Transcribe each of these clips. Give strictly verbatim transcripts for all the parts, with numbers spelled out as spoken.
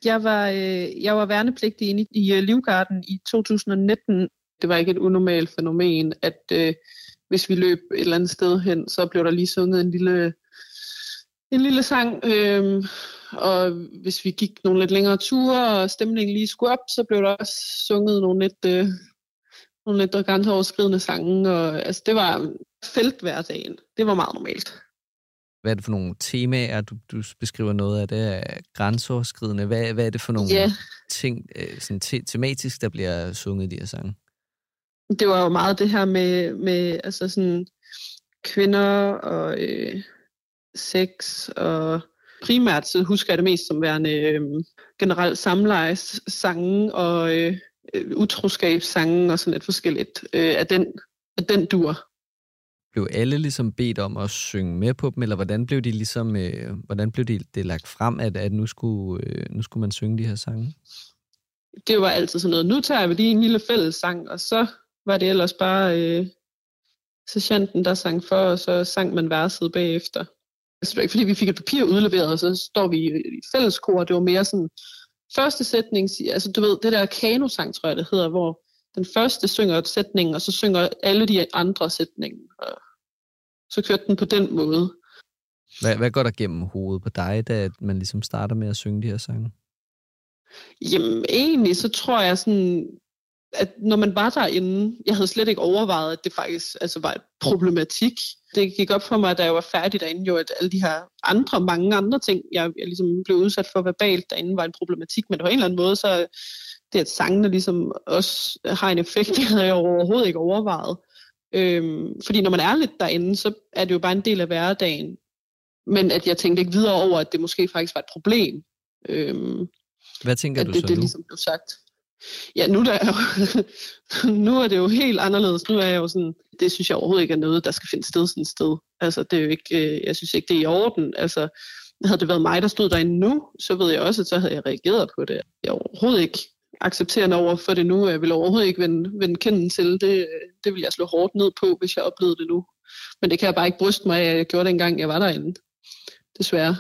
Jeg var, øh, jeg var værnepligtig i, i uh, Livgarden i to tusind nitten. Det var ikke et unormalt fænomen, at øh, hvis vi løb et eller andet sted hen, så blev der lige sunget en lille, en lille sang. Øh, og hvis vi gik nogle lidt længere ture, og stemningen lige skulle op, så blev der også sunget nogle lidt, øh, nogle lidt grænseoverskridende sange. Og, altså, det var felthverdagen. Det var meget normalt. Hvad er det for nogle temaer, du, du beskriver noget af det er grænseoverskridende? Hvad, hvad er det for nogle yeah. ting, sådan te- tematisk, der bliver sunget i de her sange? Det var jo meget det her med, med altså sådan kvinder og øh, sex, og primært så husker jeg det mest som værende øh, generelt samlejesange og øh, utroskabssange og sådan lidt forskelligt øh, af, den, af den dur. Blev alle ligesom bedt om at synge med på dem, eller hvordan blev de ligesom, øh, hvordan blev de, det lagt frem, at, at nu, skulle, øh, nu skulle man synge de her sange? Det var altid sådan noget, nu tager vi lige en lille fællessang, og så var det ellers bare øh, sergeanten, der sang for, og så sang man verset bagefter. Altså, det var ikke fordi, vi fik et papir udleveret, og så står vi i fælleskor. Det var mere sådan første sætning, altså du ved, det der kanosang, tror jeg, det hedder, hvor den første synger et sætning, og så synger alle de andre sætninger. Og så kørte den på den måde. Hvad, hvad går der gennem hovedet på dig, da man ligesom starter med at synge de her sange? Jamen egentlig, så tror jeg sådan, at når man var derinde, jeg havde slet ikke overvejet, at det faktisk altså var et problematik. Det gik op for mig, da jeg var færdig derinde, jo, at alle de her andre, mange andre ting, jeg, jeg ligesom blev udsat for verbalt derinde, var en problematik. Men på en eller anden måde, så det, at sangene ligesom også har en effekt, det havde jeg overhovedet ikke overvejet. Øhm, fordi når man er lidt derinde, så er det jo bare en del af hverdagen. Men at jeg tænkte ikke videre over, at det måske faktisk var et problem. Øhm, Hvad tænker du det, så det nu? Ligesom blev sagt. Ja, nu, der er jo, nu er det jo helt anderledes. Nu er jeg jo sådan, det synes jeg overhovedet ikke er noget, der skal finde sted sådan et sted. Altså, det er jo ikke, jeg synes ikke, det er i orden. Altså, havde det været mig, der stod derinde nu, så ved jeg også, at så havde jeg reageret på det. Jeg er overhovedet ikke accepterende over for det nu. Jeg vil overhovedet ikke vende, vende kinden til. Det, det vil jeg slå hårdt ned på, hvis jeg oplevede det nu. Men det kan jeg bare ikke bryste mig af, at jeg gjorde det engang, jeg var derinde. Desværre.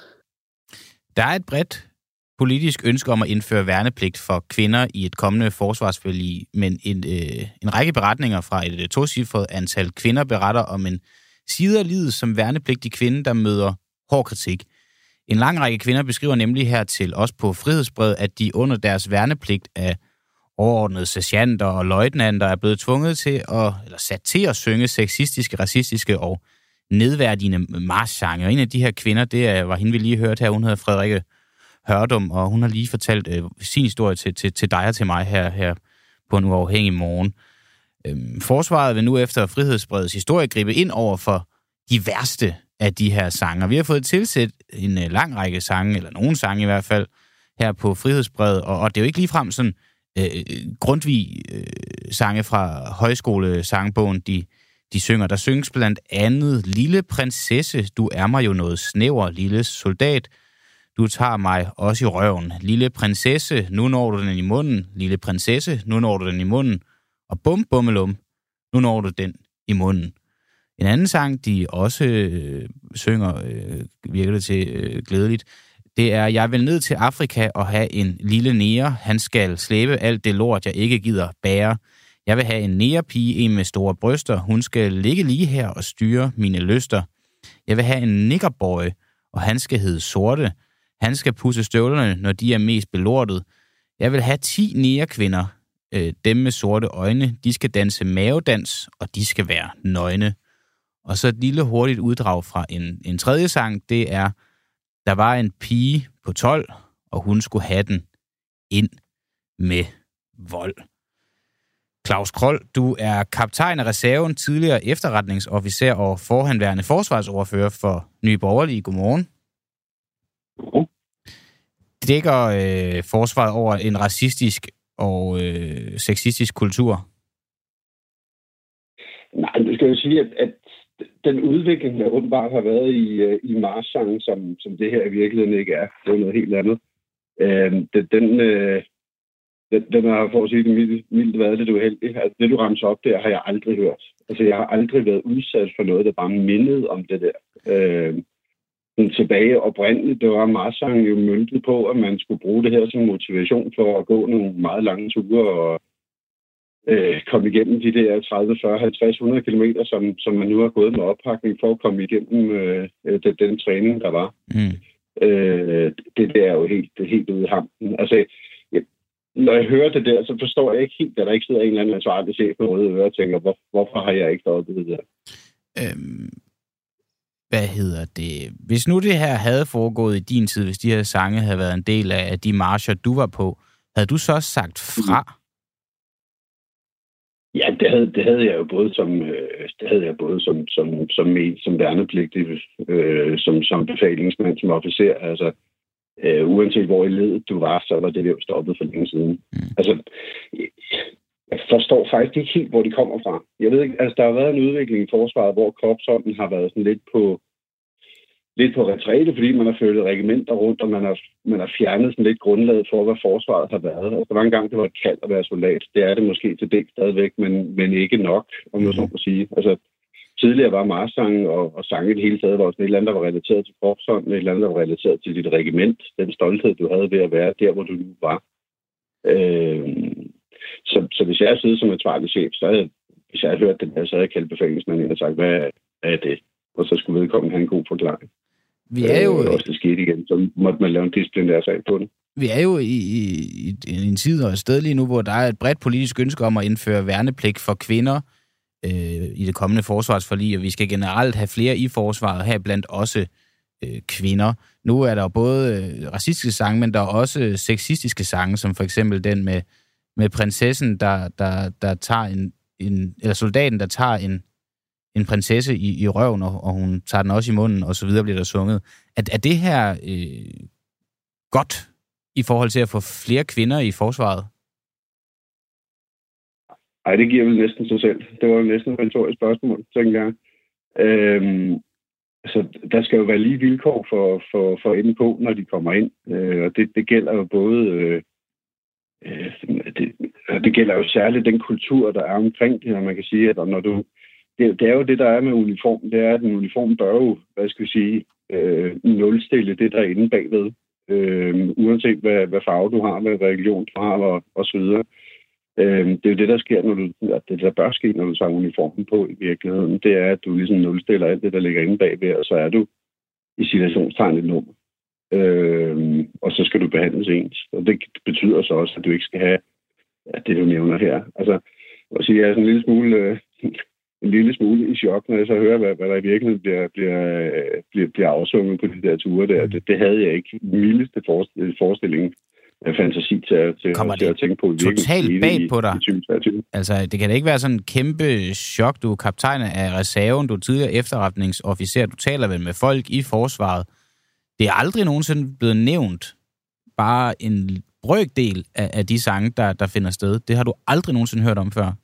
Der er et bredt politisk ønske om at indføre værnepligt for kvinder i et kommende forsvarsforlig, men en, øh, en række beretninger fra et øh, tocifret antal kvinder beretter om en side af livet som værnepligtig kvinde, der møder hård kritik. En lang række kvinder beskriver nemlig her til os på Frihedsbrevet, at de under deres værnepligt af overordnede sergeanter og løjtnanter er blevet tvunget til at, eller sat til at synge sexistiske, racistiske og nedværdigende marchsange. Og en af de her kvinder, det er, var hende, vi lige hørte her, hun hedder Frederikke Hørdum, og hun har lige fortalt øh, sin historie til, til, til dig og til mig her, her på en uafhængig morgen. Øhm, forsvaret vil nu efter Frihedsbredets historie gribe ind over for de værste af de her sange. Vi har fået tilsat en øh, lang række sange, eller nogle sange i hvert fald, her på Frihedsbredet, og, og det er jo ikke ligefrem sådan øh, Grundtvig-sange øh, fra højskolesangbogen, de, de synger. Der synges blandt andet Lille prinsesse, du er mig jo noget snæver, lille soldat. Du tager mig også i røven. Lille prinsesse, nu når du den i munden. Lille prinsesse, nu når du den i munden. Og bum, bummelum, nu når du den i munden. En anden sang, de også øh, synger, øh, virker det til øh, glædeligt, det er, jeg vil ned til Afrika og have en lille nære. Han skal slæbe alt det lort, jeg ikke gider bære. Jeg vil have en nærepige, en med store bryster. Hun skal ligge lige her og styre mine lyster. Jeg vil have en niggerboy, og han skal hedde Sorte. Han skal pudse støvlerne, når de er mest belortet. Jeg vil have ti nærekvinder, øh, dem med sorte øjne. De skal danse mavedans, og de skal være nøgne. Og så et lille hurtigt uddrag fra en, en tredje sang, det er, der var en pige på tolv, og hun skulle have den ind med vold. Claus Krold, du er kaptajn af reserven, tidligere efterretningsofficer og forhenværende forsvarsordfører for Nye Borgerlige. Godmorgen. Dækker øh, forsvaret over en racistisk og øh, sexistisk kultur? Nej, det skal jo sige, at, at den udvikling, der åbenbart har været i, i marchsangen, som, som det her i virkeligheden ikke er, det er noget helt andet. Øh, det, den, øh, den, den har, for at sige det mildt, mildt været lidt uheldig. Altså, det, du ramser op der, har jeg aldrig hørt. Altså, jeg har aldrig været udsat for noget, der bare mindede om det der. Øh, tilbage oprindeligt, det var marchsangen jo møntet på, at man skulle bruge det her som motivation for at gå nogle meget lange ture og øh, komme igennem de der tredive, fyrre, halvtreds, hundrede kilometer, som, som man nu har gået med oppakning for at komme igennem øh, den, den træning, der var. Mm. Øh, det der er jo helt, det er helt ude i hampen. Altså, jeg, når jeg hører det der, så forstår jeg ikke helt, at der ikke sidder en eller anden ansvarlig chef på røde ører og tænker, hvor, hvorfor har jeg ikke stoppet det der? Øhm, hvad hedder det? Hvis nu det her havde foregået i din tid, hvis de her sange havde været en del af de marcher, du var på, havde du så sagt fra? Ja, det havde, det havde jeg jo både som øh, det havde jeg både som som som med, som værnepligtig, øh, som som befalingsmand, som officer. Altså øh, uanset hvor i ledet du var, så var det jo stoppet for længe siden. Mm. Altså jeg forstår faktisk ikke helt, hvor de kommer fra. Jeg ved ikke, altså der har været en udvikling i forsvaret, hvor korpsånden har været sådan lidt på lidt på retræte, fordi man har flyttet regimenter rundt, og man har, man har fjernet sådan lidt grundlaget for, hvad forsvaret har været. Altså, der var engang, det var et kald at være soldat. Det er det måske til del stadigvæk, men, men ikke nok, om man så må sige. Altså, tidligere var marchsangen og, og sange i det hele taget, var sådan et eller andet, der var relateret til korpsånden, et eller andet, der var relateret til dit regiment, den stolthed, du havde ved at være der, hvor du nu var. Øh, så, så hvis jeg sidder som ansvarlig chef, så havde, hvis jeg havde hørt det der, så havde jeg kaldt befalingsmanden ind og sagt, hvad er det? Og så skulle vedkommende have en god forklaring. Vi er jo... Øh, også det skete igen, så måtte man lave en disciplinær sag på det. Vi er jo i, i, i en tid og et sted lige nu, hvor der er et bredt politisk ønske om at indføre værnepligt for kvinder øh, i det kommende forsvarsforlig, og vi skal generelt have flere i forsvaret, her blandt også øh, kvinder. Nu er der jo både øh, racistiske sange, men der er også sexistiske sange, som for eksempel den med, med prinsessen, der, der, der tager en, en... eller soldaten, der tager en en prinsesse i, i røven, og, og hun tager den også i munden, og så videre bliver der sunget. Er, er det her øh, godt i forhold til at få flere kvinder i forsvaret? Nej, det giver vel næsten sig selv. Det var jo næsten et retorisk spørgsmål, tænker jeg. Øhm, altså, der skal jo være lige vilkår for, for, for enden på, når de kommer ind. Øh, og det, det gælder jo både... Øh, det, det gælder jo særligt den kultur, der er omkring det, og man kan sige, at når du Det, det er jo det, der er med uniformen. Det er, at en uniform bør jo, hvad skal vi sige, øh, nulstille det, der er inde bagved. Øh, uanset hvad, hvad farve du har, hvad religion du har, og, og så videre. Øh, det er jo det, der sker, når du, det, der bør ske, når du tager uniformen på i virkeligheden. Det er, at du ligesom nulstiller alt det, der ligger inde bagved, og så er du i situationstegn et nummer. Øh, og så skal du behandles ens. Og det betyder så også, at du ikke skal have ja, det, du nævner her. Altså, at sige, jeg er sådan en lille smule... Øh, en lille smule i chok, når jeg så hører, hvad, hvad der i virkeligheden bliver, bliver, bliver, bliver afsunget på de der ture der. Det, det havde jeg ikke mildeste forestilling af fantasi til at, til, Kommer til at tænke på. Totalt bag på dig? I altså, det kan da ikke være sådan en kæmpe chok. Du er kaptajn af reserven, du er tidligere efterretningsofficer, du taler vel med folk i forsvaret. Det er aldrig nogensinde blevet nævnt bare en brøkdel af, af de sange, der, der finder sted. Det har du aldrig nogensinde hørt om før.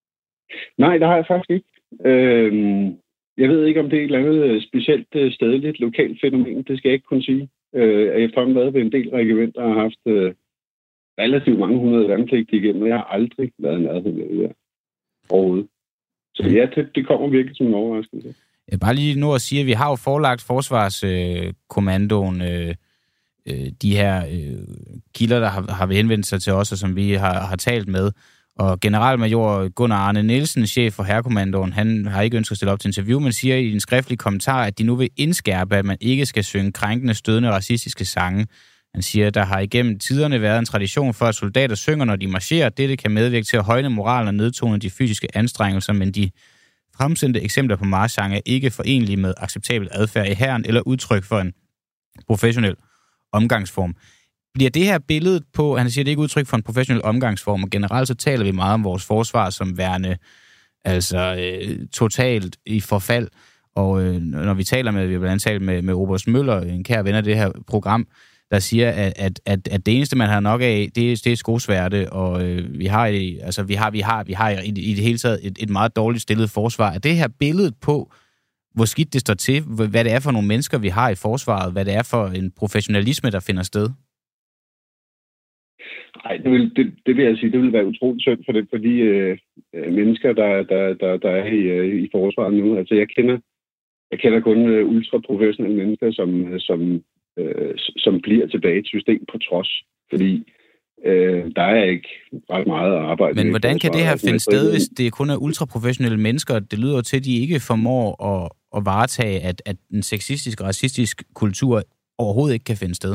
Nej, det har jeg faktisk ikke. Øhm, jeg ved ikke, om det er et eller andet specielt stedligt, lokalt fænomen. Det skal jeg ikke kunne sige. Øh, jeg har efterhånden været ved en del regimenter og har haft øh, relativt mange hundrede værnepligtige igennem, og jeg har aldrig været nærheden af det der overhovedet. Så ja, det, det kommer virkelig som en overraskelse. Jeg bare lige nu at sige, at vi har jo forelagt Forsvarskommandoen øh, øh, de her øh, kilder, der har, har henvendt sig til os, og som vi har, har talt med. Og generalmajor Gunnar Arne Nielsen, chef for Hærkommandoen, han har ikke ønsket at stille op til interview, men siger i en skriftlig kommentar, at de nu vil indskærpe, at man ikke skal synge krænkende, stødende, racistiske sange. Han siger, at der har igennem tiderne været en tradition for, at soldater synger, når de marcherer. Dette kan medvirke til at højne moralen og nedtone de fysiske anstrengelser, men de fremsendte eksempler på marchsange er ikke forenlige med acceptabel adfærd i hæren eller udtryk for en professionel omgangsform. Bliver det her billede på, han siger, det er ikke udtryk for en professionel omgangsform, og generelt så taler vi meget om vores forsvar som værende altså øh, totalt i forfald, og øh, når vi taler med, vi har blandt andet talt med, med Oberst Møller, en kær ven af det her program, der siger, at, at, at, at det eneste, man har nok af, det, det er skosværte, og øh, vi har, altså, vi har, vi har, vi har i, i det hele taget et, et meget dårligt stillet forsvar. Er det her billedet på, hvor skidt det står til, hvad det er for nogle mennesker, vi har i forsvaret, hvad det er for en professionalisme, der finder sted? Nej, det vil, det, det vil jeg sige, det vil være utroligt synd for, det, for de øh, mennesker, der, der, der, der er i, øh, i forsvaret nu. Altså, jeg kender, jeg kender kun uh, ultraprofessionelle mennesker, som, som, uh, som bliver tilbage i et system på trods, fordi uh, der er ikke ret meget at arbejde med. Men hvordan kan det her finde sted, hvis det kun er ultraprofessionelle mennesker? Det lyder til, at de ikke formår at, at varetage, at, at en sexistisk og racistisk kultur overhovedet ikke kan finde sted.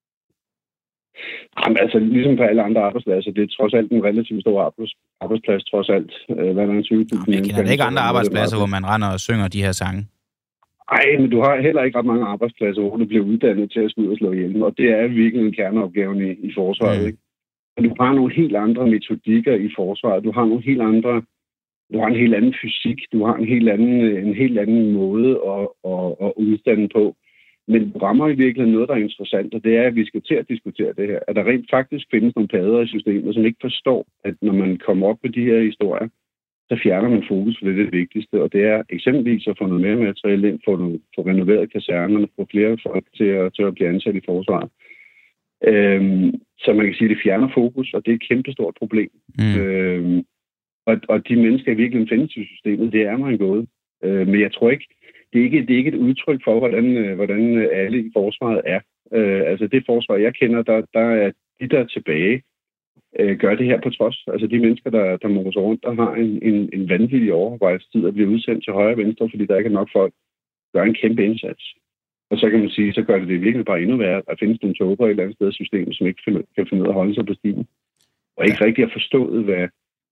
Jamen, altså, ligesom på alle andre arbejdspladser, det er trods alt en relativt stor arbejdsplads, trods alt. Hvad er der en tyve tusind? Jeg kender det ikke andre arbejdspladser, hvor man render og synger de her sange. Nej, men du har heller ikke ret mange arbejdspladser, hvor du bliver uddannet til at skulle ud og slå ihjel. Og det er virkelig en kerneopgave i, i forsvaret, mm. ikke? Og du har nogle helt andre metodikker i forsvaret. Du har nogle helt andre... Du har en helt anden fysik. Du har en helt anden, en helt anden måde at, at, at uddanne på. Men du rammer i virkeligheden noget, der er interessant, og det er, at vi skal til at diskutere det her. At der rent faktisk findes nogle padder i systemet, som ikke forstår, at når man kommer op med de her historier, så fjerner man fokus for det, det vigtigste. Og det er eksempelvis at få noget mere materiale ind, få, noget, få renoveret kasernerne, få flere folk til at, til at blive ansat i forsvaret. Øhm, så man kan sige, at det fjerner fokus, og det er et kæmpestort problem. Mm. Øhm, og, og de mennesker i virkeligheden findes i systemet, det er mig en gåde. Øh, men jeg tror ikke, Det er, ikke, det er ikke et udtryk for, hvordan, hvordan alle i forsvaret er. Øh, altså det forsvar, jeg kender, der, der er de, der er tilbage, øh, gør det her på trods. Altså de mennesker, der, der moser rundt, der har en, en, en vanvittig overarbejdstid og bliver udsendt til højre og venstre, fordi der ikke er nok folk, gør en kæmpe indsats. Og så kan man sige, så gør det det virkelig bare endnu værre, at findes nogle toger et eller andet sted i systemet, som ikke kan finde ud af at holde sig på stigen. Og ikke rigtig har forstået, hvad...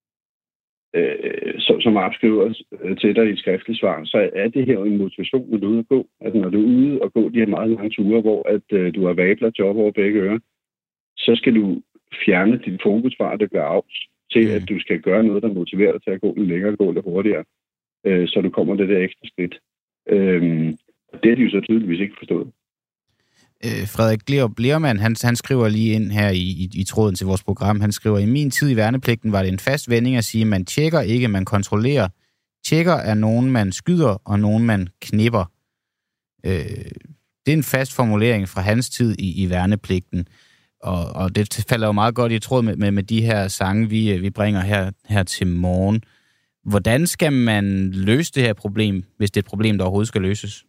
Øh, som, som opskriver til dig i et skriftligt svar, så er det her en motivation, når du er ude at gå. Altså når du er ude og gå de her meget lange ture, hvor at, øh, du har vabler job over begge ører, så skal du fjerne dit fokus fra, at det gør af til, at du skal gøre noget, der motiverer dig til at gå lidt længere og gå lidt hurtigere, øh, så du kommer det der ekstra skridt. Øh, det har de jo så tydeligvis ikke forstået. Frederik Glerup Lermann, han, han skriver lige ind her i, i, i tråden til vores program, han skriver, i min tid i værnepligten var det en fast vending at sige, at man tjekker ikke, man kontrollerer. Tjekker er nogen, man skyder, og nogen, man knipper. Øh, det er en fast formulering fra hans tid i, i værnepligten, og, og det falder jo meget godt i tråd med, med, med de her sange, vi, vi bringer her, her til morgen. Hvordan skal man løse det her problem, hvis det er et problem, der overhovedet skal løses?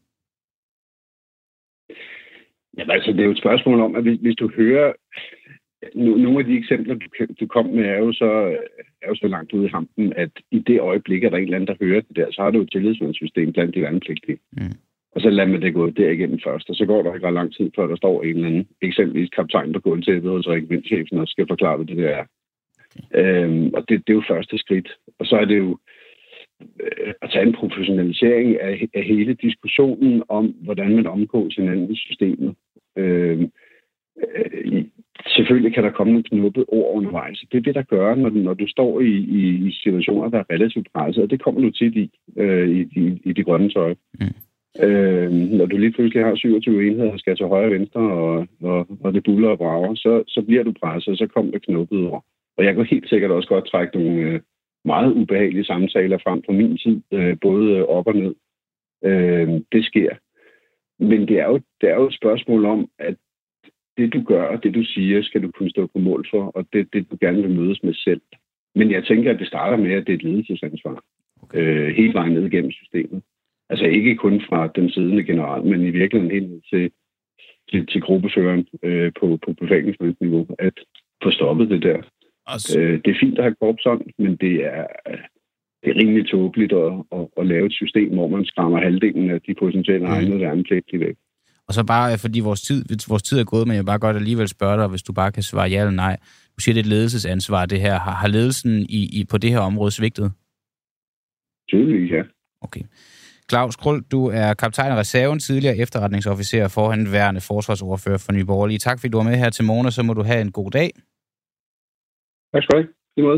Ja, altså, det er jo et spørgsmål om, at hvis, hvis du hører... No, nogle af de eksempler, du, du kom med, er jo, så, er jo så langt ude i hampen, at i det øjeblik, er der en eller anden, der hører det der, så har du et tillidsmandssystem blandt de værnepligtige. Mm. Og så lader man det gå derigennem først, og så går der ikke ret lang tid, før der står en eller anden, eksempelvis kaptajn på gulvtæppet hos regimentschefen, og skal forklare, hvad det der er. Okay. Øhm, og det, det er jo første skridt. Og så er det jo øh, at tage en professionalisering af, af hele diskussionen om, hvordan man omgås hinanden i systemet. Øhm, øh, selvfølgelig kan der komme nogle knuppede ord undervejs. Det er det, der gør, når du, når du står i, i, i situationer, der er relativt presset, og det kommer du tit i, øh, i, i, i de grønne tøj. Mm. Øh, når du lige pludselig har syvogtyve enheder, der skal til højre og venstre, og, og, og det buller og brager, så, så bliver du presset, og så kommer der knuppede ord. Og jeg kan helt sikkert også godt trække nogle øh, meget ubehagelige samtaler frem fra min tid, øh, både op og ned. Øh, det sker. Men det er, jo, det er jo et spørgsmål om, at det du gør og det du siger, skal du kunne stå på mål for, og det det du gerne vil mødes med selv. Men jeg tænker, at det starter med, at det er et ledelsesansvar. Okay. Øh, hele vejen ned igennem systemet. Altså ikke kun fra den siddende general, men i virkeligheden helt ned til, til, til gruppeføreren øh, på, på befalingsmyndighedsniveau, at få stoppet det der. Altså. Øh, det er fint at have korpsånd, men det er, det er rimelig tåbeligt at, at, at lave et system, hvor man skræmmer halvdelen af de potentielle egne værnepligtige væk. Og så bare, fordi vores tid, vores tid er gået, men jeg vil bare godt alligevel spørge dig, hvis du bare kan svare ja eller nej. Du siger, det er et ledelsesansvar, det her. Har, har ledelsen i, i, på det her område svigtet? Tydeligvis, ja. Okay. Claus Krøll, du er kaptajn af reserven, tidligere efterretningsofficer og forhenværende forsvarsordfører for Nye Borgerlige. Tak fordi du var med her til morgen, og så må du have en god dag. Tak skal du have. I måde.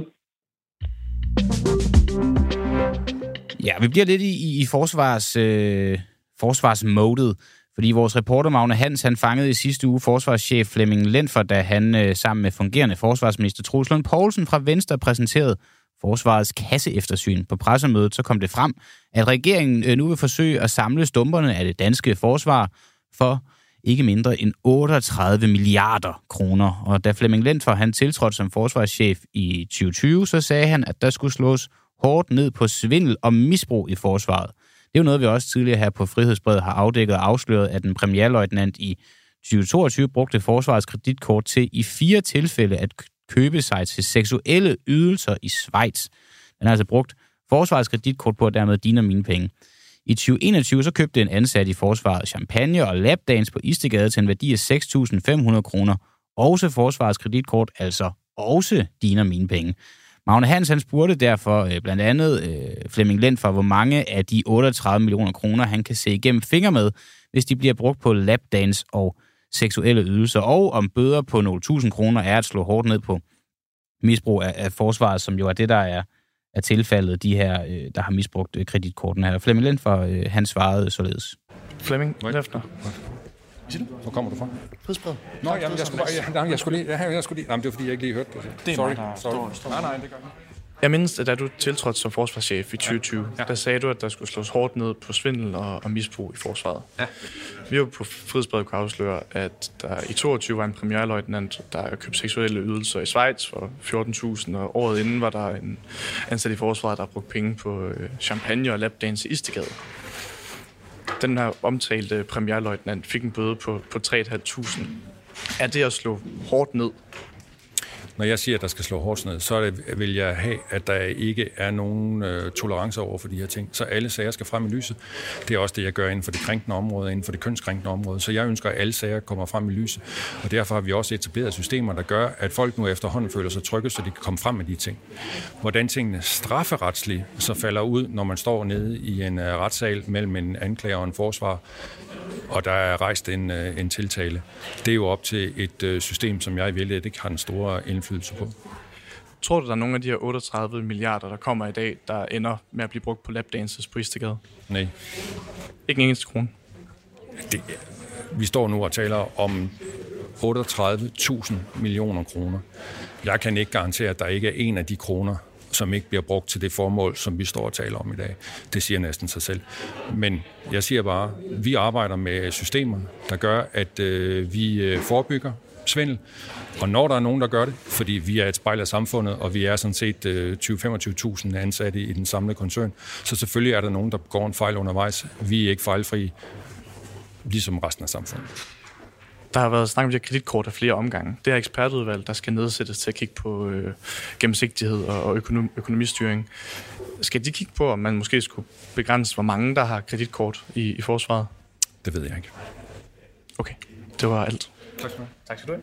Ja, vi bliver lidt i, i forsvars, øh, forsvarsmodet, fordi vores reporter Magne Hans, han fangede i sidste uge forsvarschef Flemming Lentfer, da han øh, sammen med fungerende forsvarsminister Troels Lund Poulsen fra Venstre præsenterede forsvarets kasseeftersyn. På pressemødet så kom det frem, at regeringen øh, nu vil forsøge at samle stumperne af det danske forsvar for ikke mindre end otteogtredive milliarder kroner. Og da Flemming Lentfer han tiltrådte som forsvarschef i tyve tyve, så sagde han, at der skulle slås hårdt ned på svindel og misbrug i forsvaret. Det er jo noget, vi også tidligere her på Frihedsbrevet har afdækket og afsløret, at en premierløjtnant i tyve toogtyve brugte forsvarets kreditkort til i fire tilfælde at købe sig til seksuelle ydelser i Schweiz. Han har altså brugt forsvarets kreditkort på, at dermed diner mine penge. I tyve enogtyve så købte en ansat i forsvaret champagne og lapdance på Istedgade til en værdi af seks tusind fem hundrede kroner. Også forsvarets kreditkort, altså også diner mine penge. Magne Hans han spurgte derfor øh, blandt andet øh, Flemming Lind for, hvor mange af de otteogtredive millioner kroner, han kan se igennem fingre med, hvis de bliver brugt på lapdance og seksuelle ydelser, og om bøder på nogle tusind kroner er at slå hårdt ned på misbrug af, af forsvaret, som jo er det, der er, er tilfældet, de her, øh, der har misbrugt øh, kreditkorten her. Flemming Lind for, øh, han svarede således. Flemming, Lefner. Hvor kommer du fra? Frihedsbrevet. Nå, jamen, jeg skulle bare... Ja, jeg skulle lige... Ja, jeg skulle lige... Nej, det var, fordi jeg ikke lige hørte det. Det er Sorry. mig, der Sorry. står- Nej, nej, det gør jeg. Jeg mindes, at da du tiltrådte som forsvarschef i tyve tyve, ja. Ja. Der sagde du, at der skulle slås hårdt ned på svindel og, og misbrug i forsvaret. Ja. Vi har på Frihedsbrevet kunne afsløre, at der i toogtyve var en premierløjtnant, der købte seksuelle ydelser i Schweiz for fjorten tusind, og året inden var der en ansat i forsvaret, der brugte penge på champagne og lapdance i Istedgade. Den her omtalte premierløjtnant fik en bøde på, på tre tusind fem hundrede. Er det at slå hårdt ned? Når jeg siger, at der skal slå hårdt ned, så det, vil jeg have, at der ikke er nogen øh, tolerance over for de her ting. Så alle sager skal frem i lyset. Det er også det, jeg gør inden for det krænkende område, inden for det kønskrænkende område. Så jeg ønsker, at alle sager kommer frem i lyset. Og derfor har vi også etableret systemer, der gør, at folk nu efterhånden føler sig trygge, så de kan komme frem med de ting. Hvordan tingene strafferetsligt så falder ud, når man står nede i en uh, retssal mellem en anklager og en forsvar, og der er rejst en, uh, en tiltale. Det er jo op til et uh, system, som jeg vælger, det har en stor indflydelse på. Tror du, der er nogle af de her otteogtredive milliarder, der kommer i dag, der ender med at blive brugt på lapdances på Istedgade? Nej. Ikke en eneste krone? Det, vi står nu og taler om otteogtredive tusind millioner kroner. Jeg kan ikke garantere, at der ikke er en af de kroner, som ikke bliver brugt til det formål, som vi står og taler om i dag. Det siger næsten sig selv. Men jeg siger bare, at vi arbejder med systemer, der gør, at øh, vi øh, forebygger svindel. Og når der er nogen, der gør det, fordi vi er et spejl af samfundet, og vi er sådan set øh, tyve til femogtyve tusind ansatte i den samlede koncern, så selvfølgelig er der nogen, der begår en fejl undervejs. Vi er ikke fejlfri, ligesom resten af samfundet. Der har været snakket om de her kreditkort af flere omgange. Det er ekspertudvalg, der skal nedsættes til at kigge på øh, gennemsigtighed og økonom- økonomistyring. Skal de kigge på, om man måske skulle begrænse, hvor mange der har kreditkort i, i forsvaret? Det ved jeg ikke. Okay, det var alt. Tak skal du have. Tak skal du have.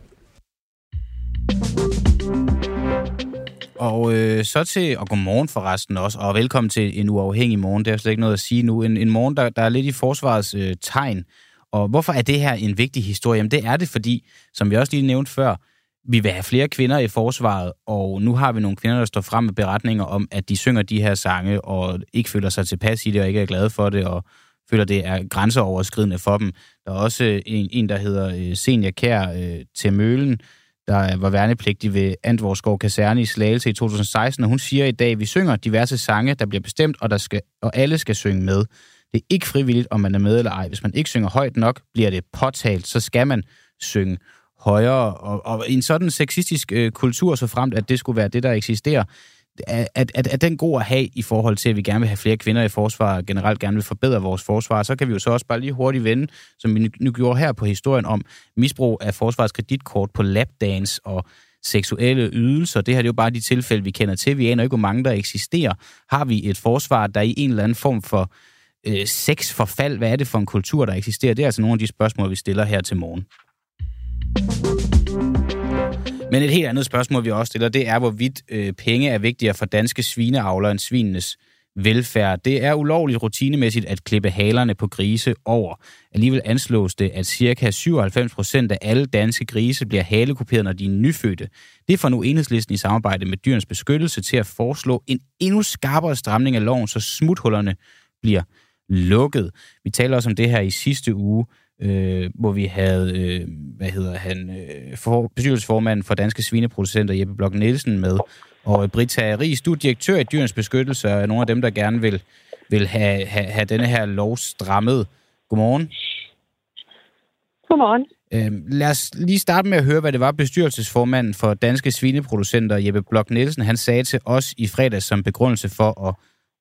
Og øh, så til, og godmorgen forresten også, og velkommen til en uafhængig morgen. Det er slet ikke noget at sige nu. En, en morgen, der, der er lidt i forsvarets øh, tegn. Og hvorfor er det her en vigtig historie? Jamen det er det, fordi, som vi også lige nævnte før, vi vil have flere kvinder i forsvaret, og nu har vi nogle kvinder, der står frem med beretninger om, at de synger de her sange, og ikke føler sig tilpas i det, og ikke er glade for det, og føler, det er grænseoverskridende for dem. Der er også en, en der hedder Senja Kjær øh, til Mølen, der var værnepligtig ved Antvorskov Kaserne i Slagelse i to tusind og seksten, og hun siger i dag, at vi synger diverse sange, der bliver bestemt, og, der skal, og alle skal synge med. Det er ikke frivilligt, om man er med eller ej. Hvis man ikke synger højt nok, bliver det påtalt, så skal man synge højere. Og, og en sådan sexistisk øh, kultur, så fremt, at det skulle være det, der eksisterer, at, at, at den god at have i forhold til, at vi gerne vil have flere kvinder i forsvar, og generelt gerne vil forbedre vores forsvar, så kan vi jo så også bare lige hurtigt vende, som vi nu gjorde her på historien om misbrug af forsvarets kreditkort på lapdance og seksuelle ydelser. Det her det er jo bare de tilfælde, vi kender til. Vi aner ikke, hvor mange der eksisterer. Har vi et forsvar, der i en eller anden form for øh, sexforfald? Hvad er det for en kultur, der eksisterer? Det er altså nogle af de spørgsmål, vi stiller her til morgen. Men et helt andet spørgsmål, vi også stiller, det er, hvorvidt øh, penge er vigtigere for danske svineavlere end svinenes velfærd. Det er ulovligt rutinemæssigt at klippe halerne på grise over. Alligevel anslås det, at ca. syvoghalvfems procent af alle danske grise bliver halekuperet, når de er nyfødte. Det får nu Enhedslisten i samarbejde med Dyrenes Beskyttelse til at foreslå en endnu skarpere stramning af loven, så smuthullerne bliver lukket. Vi taler også om det her i sidste uge, øh, hvor vi havde, øh, hvad hedder han, øh, for, bestyrelsesformanden for Danske Svineproducenter, Jeppe Bloch Nielsen, med. Og Britta Riis, du er direktør i Dyrenes Beskyttelse, og er nogle af dem, der gerne vil, vil have, have, have denne her lov strammet. Godmorgen. Godmorgen. Øh, lad os lige starte med at høre, hvad det var, bestyrelsesformanden for Danske Svineproducenter, Jeppe Bloch Nielsen, han sagde til os i fredags som begrundelse for at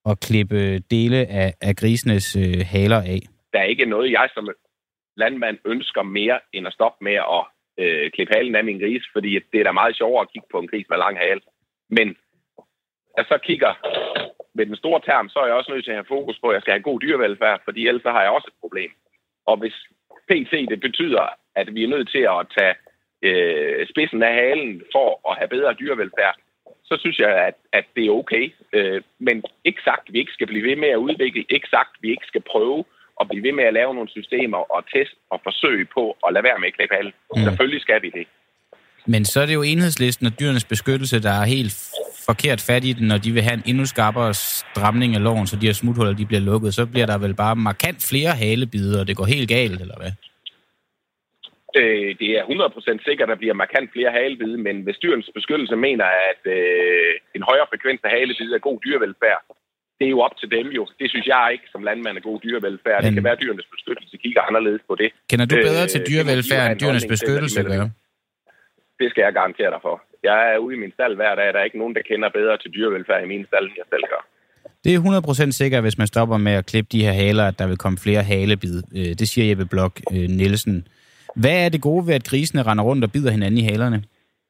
at klippe dele af, af grisenes øh, haler af? Der er ikke noget, jeg som landmand ønsker mere, end at stoppe med at øh, klippe halen af min gris, fordi det er da meget sjovere at kigge på en gris med lang hale. Men jeg så kigger med den store term, så er jeg også nødt til at have fokus på, at jeg skal have god dyrevelfærd, fordi ellers har jeg også et problem. Og hvis P T det betyder, at vi er nødt til at tage øh, spidsen af halen for at have bedre dyrevelfærd, så synes jeg, at, at det er okay. Øh, men ikke sagt, at vi ikke skal blive ved med at udvikle, ikke sagt, at vi ikke skal prøve at blive ved med at lave nogle systemer og teste og forsøge på at lade være med at klippe halen. Mm. Selvfølgelig skal vi det. Men så er det jo Enhedslisten og Dyrenes Beskyttelse, der er helt forkert fat i den, når de vil have en endnu skarpere stramning af loven, så de her smuthuller de bliver lukket. Så bliver der vel bare markant flere halebidder, og det går helt galt, eller hvad? Øh, det er hundrede procent sikkert, at der bliver markant flere halebidder, men hvis Dyrenes Beskyttelse mener, at øh, en højere frekvens af halebidder er god dyrevelfærd, det er jo op til dem jo. Det synes jeg ikke som landmand er god dyrevelfærd. Men det kan være, at Dyrenes Beskyttelse kigger anderledes på det. Kender du bedre øh, til dyrevelfærd end Dyrenes Beskyttelse, gør? Det skal jeg garantere dig for. Jeg er ude i min stald hver dag. Der er ikke nogen, der kender bedre til dyrevelfærd i min stald, end jeg selv gør. Det er hundrede procent sikkert, hvis man stopper med at klippe de her haler, at der vil komme flere halebid. Det siger Jeppe Blok Nielsen. Hvad er det gode ved, at grisene render rundt og bider hinanden i halerne?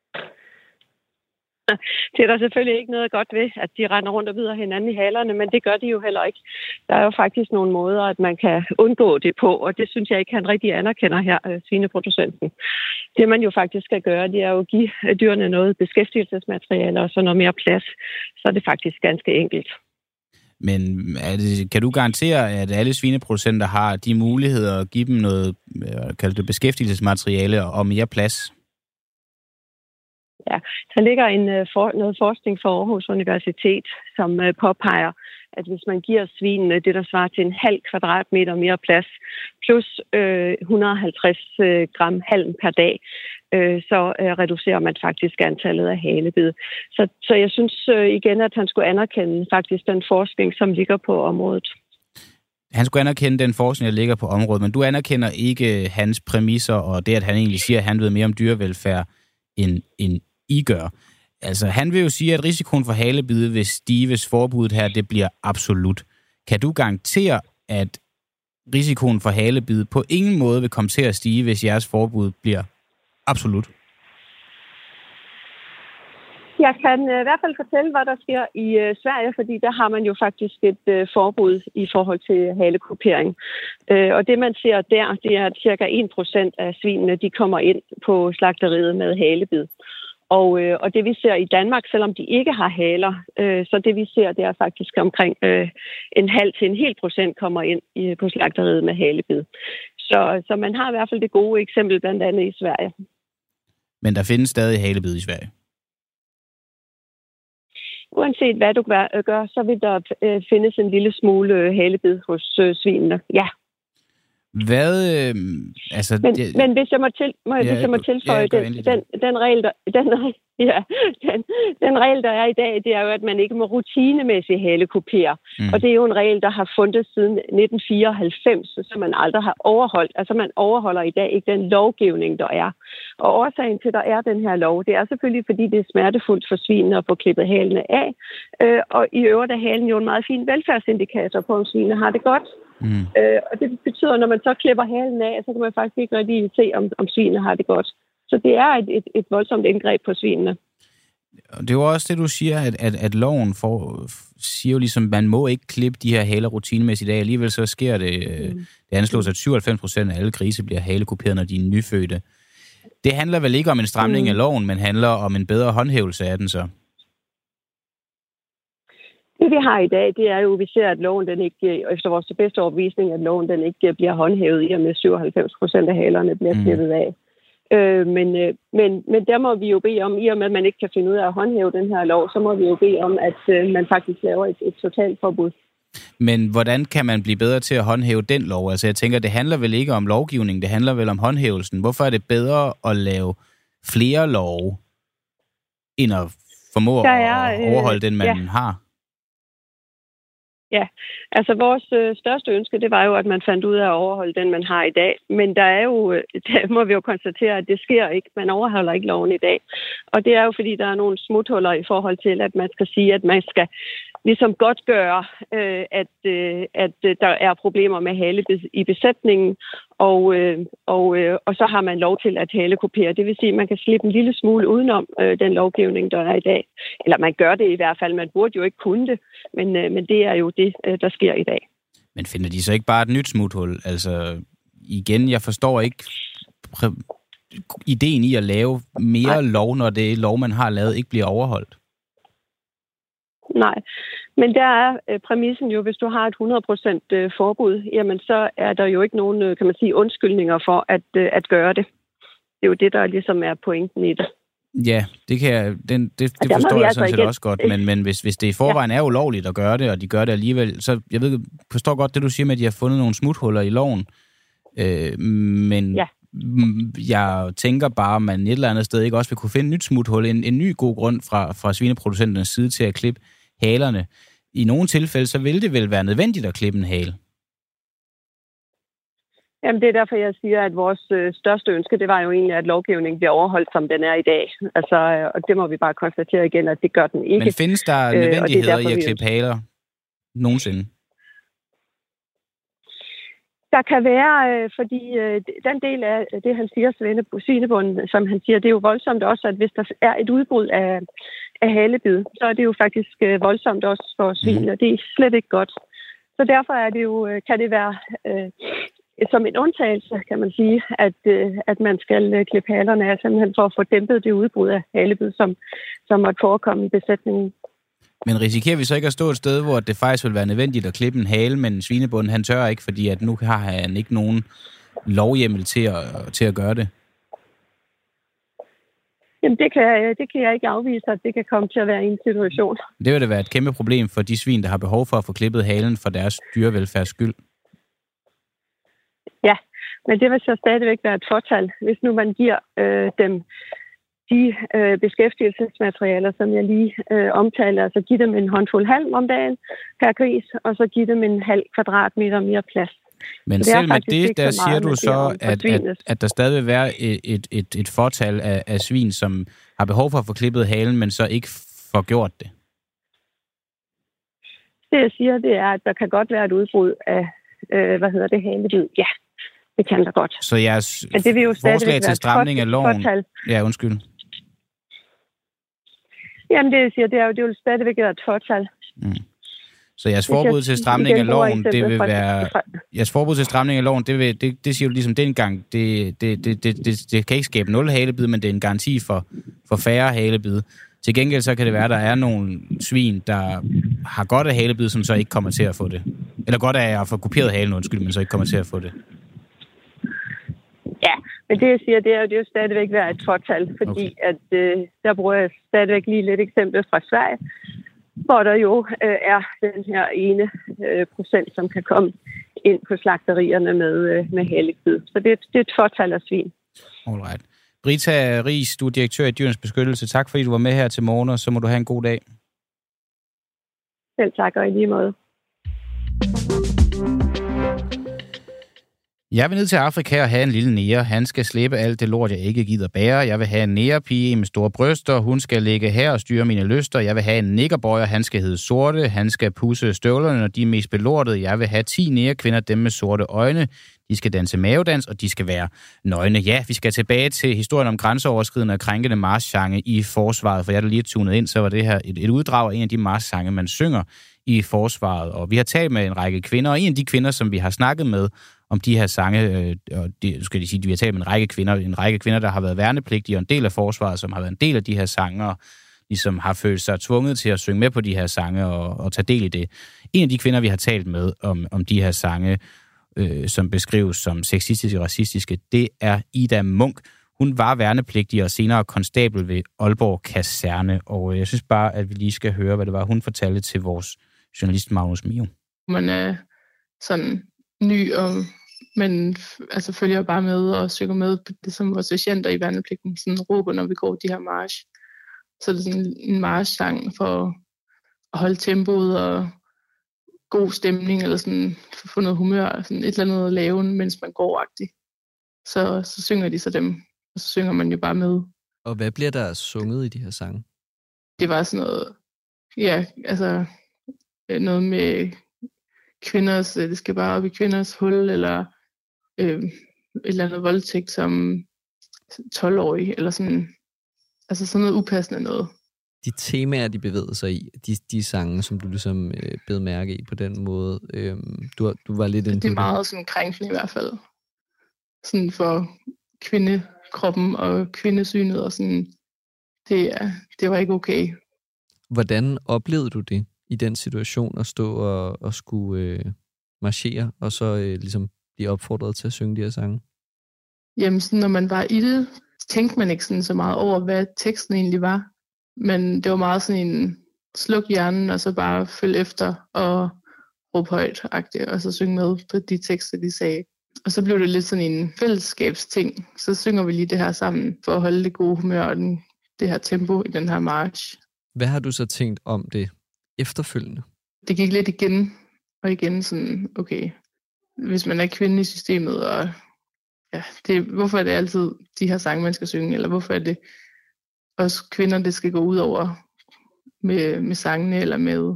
Det er der selvfølgelig ikke noget godt ved, at de render rundt og bider hinanden i halerne, men det gør de jo heller ikke. Der er jo faktisk nogle måder, at man kan undgå det på, og det synes jeg ikke, han rigtig anerkender her, svineproducenten. Det man jo faktisk skal gøre, det er jo at give dyrene noget beskæftigelsesmateriale og så noget mere plads. Så er det faktisk ganske enkelt. Men er det, kan du garantere, at alle svineproducenter har de muligheder at give dem noget kaldt det beskæftigelsesmateriale og mere plads? Ja, der ligger en, for, noget forskning fra Aarhus Universitet, som uh, påpeger, at hvis man giver svinene det, der svarer til en halv kvadratmeter mere plads, plus øh, et hundrede og halvtreds gram halm per dag, øh, så øh, reducerer man faktisk antallet af halebid. Så, så jeg synes øh, igen, at han skulle anerkende faktisk den forskning, som ligger på området. Han skulle anerkende den forskning, der ligger på området, men du anerkender ikke hans præmisser, og det, at han egentlig siger, at han ved mere om dyrevelfærd, end, end I gør. Altså, han vil jo sige, at risikoen for halebid vil stige, hvis forbuddet her, det bliver absolut. Kan du garantere, at risikoen for halebid på ingen måde vil komme til at stige, hvis jeres forbud bliver absolut? Jeg kan uh, i hvert fald fortælle, hvad der sker i uh, Sverige, fordi der har man jo faktisk et uh, forbud i forhold til halekupering. Uh, og det, man ser der, det er, at cirka en procent af svinene, de kommer ind på slagteriet med halebid. Og, øh, og det vi ser i Danmark, selvom de ikke har haler, øh, så det vi ser, det er faktisk omkring øh, en halv til en hel procent kommer ind i, på slagteriet med halebid. Så, så man har i hvert fald det gode eksempel blandt andet i Sverige. Men der findes stadig halebid i Sverige? Uanset hvad du gør, så vil der øh, findes en lille smule halebid hos øh, svinene. Ja. Hvad, øh, altså... Men, det, men hvis jeg må, til, må, ja, hvis jeg må tilføje, ja, den, den, den, regel, der, den, ja, den, den regel, der er i dag, det er jo, at man ikke må rutinemæssigt halekupere. Mm. Og det er jo en regel, der har fundet siden nitten fireoghalvfems, som man aldrig har overholdt. Altså, man overholder i dag ikke den lovgivning, der er. Og årsagen til, at der er den her lov, det er selvfølgelig, fordi det er smertefuldt for svinene at få klippet halene af. Øh, og i øvrigt er halen jo en meget fin velfærdsindikator på, om svinene har det godt. Mm. Øh, og det betyder, at når man så klipper halen af, så kan man faktisk ikke rigtig se, om, om svinene har det godt. Så det er et, et, et voldsomt indgreb på svinene. Det er jo også det, du siger, at, at, at loven for, siger jo ligesom, at man må ikke klippe de her haler rutinemæssigt i dag. Alligevel så sker det, mm. det anslås, at syvoghalvfems procent af alle grise bliver halekuperet, når de er nyfødte. Det handler vel ikke om en stramning mm. af loven, men handler om en bedre håndhævelse af den så? Det vi har i dag, det er jo, at vi ser, at loven den ikke, efter vores bedste overbevisning, at loven den ikke bliver håndhævet i og med syvoghalvfems procent af halerne bliver klippet mm. af. Øh, men, øh, men, men der må vi jo bede om, i og med at man ikke kan finde ud af at håndhæve den her lov, så må vi jo bede om, at øh, man faktisk laver et, et totalforbud. Men hvordan kan man blive bedre til at håndhæve den lov? Altså jeg tænker, det handler vel ikke om lovgivning, det handler vel om håndhævelsen. Hvorfor er det bedre at lave flere love, end at formå er, at overholde den, man ja. har? Ja, altså vores øh, største ønske, det var jo, at man fandt ud af at overholde den, man har i dag. Men der er jo, der må vi jo konstatere, at det sker ikke. Man overholder ikke loven i dag. Og det er jo, fordi der er nogle smuthuller i forhold til, at man skal sige, at man skal ligesom godtgøre, øh, at, øh, at øh, der er problemer med hale i besætningen, og, øh, og, øh, og så har man lov til at halekupere. Det vil sige, at man kan slippe en lille smule udenom øh, den lovgivning, der er i dag. Eller man gør det i hvert fald. Man burde jo ikke kunne det, men, øh, men det er jo det, øh, der sker i dag. Men finder de så ikke bare et nyt smuthul? Altså, igen, jeg forstår ikke præ- ideen i at lave mere Nej. lov, når det lov, man har lavet, ikke bliver overholdt. Nej, men der er øh, præmissen jo, hvis du har et hundrede procent øh, forbud, jamen så er der jo ikke nogen, øh, kan man sige, undskyldninger for at, øh, at gøre det. Det er jo det, der ligesom er pointen i det. Ja, det, kan jeg, den, det, det forstår jeg altså sådan set igen. også godt, men, men hvis, hvis det i forvejen ja. er ulovligt at gøre det, og de gør det alligevel, så jeg ved, forstår godt det, du siger med, at de har fundet nogle smuthuller i loven, øh, men ja. jeg tænker bare, at man et eller andet sted ikke også vil kunne finde et nyt smuthul, en, en ny god grund fra, fra svineproducenternes side til at klippe halerne. I nogle tilfælde, så vil det vel være nødvendigt at klippe en hale. Jamen, det er derfor, jeg siger, at vores øh, største ønske, det var jo egentlig, at lovgivningen bliver overholdt, som den er i dag. Altså, øh, og det må vi bare konstatere igen, at det gør den ikke. Men findes der nødvendigheder øh, i at klippe haler nogensinde? Der kan være, øh, fordi øh, den del af det, han siger, svinebunden, som han siger, det er jo voldsomt også, at hvis der er et udbrud af, af halebid, så er det jo faktisk øh, voldsomt også for svin, mm. og det er slet ikke godt. Så derfor er det jo, øh, kan det være øh, som en undtagelse, kan man sige, at, øh, at man skal øh, klippe halerne af, simpelthen for at få dæmpet det udbrud af halebid, som, som måtte forekomme i besætningen. Men risikerer vi så ikke at stå et sted, hvor det faktisk vil være nødvendigt at klippe en hale, men svinebunden han tør ikke, fordi at nu har han ikke nogen lovhjemmel til at, til at gøre det? Jamen, det kan, jeg, det kan jeg ikke afvise, at det kan komme til at være i en situation. Det vil da være et kæmpe problem for de svin, der har behov for at få klippet halen for deres dyrevelfærds skyld. Ja, men det vil så stadigvæk være et fortal, hvis nu man giver øh, dem de øh, beskæftigelsesmaterialer, som jeg lige øh, omtaler, altså give dem en håndfuld halm om dagen per gris, og så give dem en halv kvadratmeter mere plads. Men det selv med det, der siger du så, at, at, at der stadig vil være et, et, et, et fortal af, af svin, som har behov for at få klippet halen, men så ikke får gjort det? Det, jeg siger, det er, at der kan godt være et udbrud af, øh, hvad hedder det, halebid. Ja, det kan der godt. Så jeres men det vil jo forslag til stramning af loven... Fortal. Ja, undskyld. Jamen, det jeg siger, det er jo, det er jo stadigvæk et fortal. Mm. Så jeres forbud til stramning af loven, det vil være... Jeres forbud til stramning af loven, det, vil, det, det siger du ligesom dengang, det, det, det, det, det, det kan ikke skabe nul halebid, men det er en garanti for, for færre halebid. Til gengæld så kan det være, at der er nogle svin, der har godt af halebid, som så ikke kommer til at få det. Eller godt af at få kuperet halen, undskyld, men så ikke kommer til at få det. Ja, men det jeg siger, det er jo, det er jo stadigvæk være et fortal, fordi okay. at øh, der bruger jeg stadigvæk lige lidt eksempel fra Sverige, hvor der jo øh, er den her ene øh, procent, som kan komme ind på slagterierne med, øh, med halebid. Så det, det er et fortal af svin. Alright. Brita Riis, du er direktør i Dyrenes Beskyttelse. Tak fordi du var med her til morgen, og så må du have en god dag. Selv tak, og i lige måde. Jeg vil ned til Afrika og have en lille nære. Han skal slippe alt det lort, jeg ikke gider bære. Jeg vil have en nærepige med store bryster. Hun skal ligge her og styre mine lyster. Jeg vil have en niggerbøjer. Han skal hedde Sorte. Han skal pusse støvlerne, når de er mest belortede. Jeg vil have ti nære kvinder, dem med sorte øjne. De skal danse mavedans, og de skal være nøgne. Ja, vi skal tilbage til historien om grænseoverskridende og krænkende marchsange i forsvaret. For jeg der lige tunet ind, så var det her et, et uddrag af en af de marchsange, man synger i forsvaret. Og vi har talt med en række kvinder, og en af de kvinder, som vi har snakket med om de her sange, øh, og det skal jeg sige, at vi har talt med en række kvinder, en række kvinder, der har været værnepligtige og en del af forsvaret, som har været en del af de her sange, og ligesom har følt sig tvunget til at synge med på de her sange og, og tage del i det. En af de kvinder, vi har talt med om, om de her sange, øh, som beskrives som sexistiske og racistiske, det er Ida Munk. Hun var værnepligtig og senere konstabel ved Aalborg Kaserne, og jeg synes bare, at vi lige skal høre, hvad det var, hun fortalte til vores journalist Magnus Mio. Man er sådan ny, og man altså, følger bare med og synger med, det som vores sergeanter i værnepligten sådan råber, når vi går de her march. Så det er sådan en marchsang for at holde tempoet og god stemning, eller sådan for at få noget humør, sådan et eller andet at lave, mens man går-agtigt. Så, så synger de så dem, og så synger man jo bare med. Og hvad bliver der sunget i de her sange? Det var sådan noget, ja, altså øh, noget med kvinders, det skal bare op i kvinders hul, eller øh, et eller andet voldtægt som tolv-årig, eller sådan, altså sådan noget upassende noget. De temaer, de bevæger sig i, de, de sange, som du ligesom øh, bed mærke i på den måde, øh, du, du var lidt... Det er meget sådan krænkende i hvert fald. Sådan for kvindekroppen og kvindesynet, og sådan, det, det var ikke okay. Hvordan oplevede du det i den situation, at stå og, og skulle øh, marchere, og så øh, ligesom blive opfordret til at synge de her sange? Jamen, sådan, når man var i det, tænkte man ikke sådan så meget over, hvad teksten egentlig var. Men det var meget sådan en sluk hjernen, og så bare følge efter og råbe højt-agtigt, og så synge med på de tekster, de sagde. Og så blev det lidt sådan en fællesskabsting. Så synger vi lige det her sammen, for at holde det gode humør og den, det her tempo i den her march. Hvad har du så tænkt om det efterfølgende? Det gik lidt igen og igen sådan, okay, hvis man er kvinde i systemet, og ja, det, hvorfor er det altid de her sange, man skal synge, eller hvorfor er det også kvinder, det skal gå ud over med, med sangene, eller med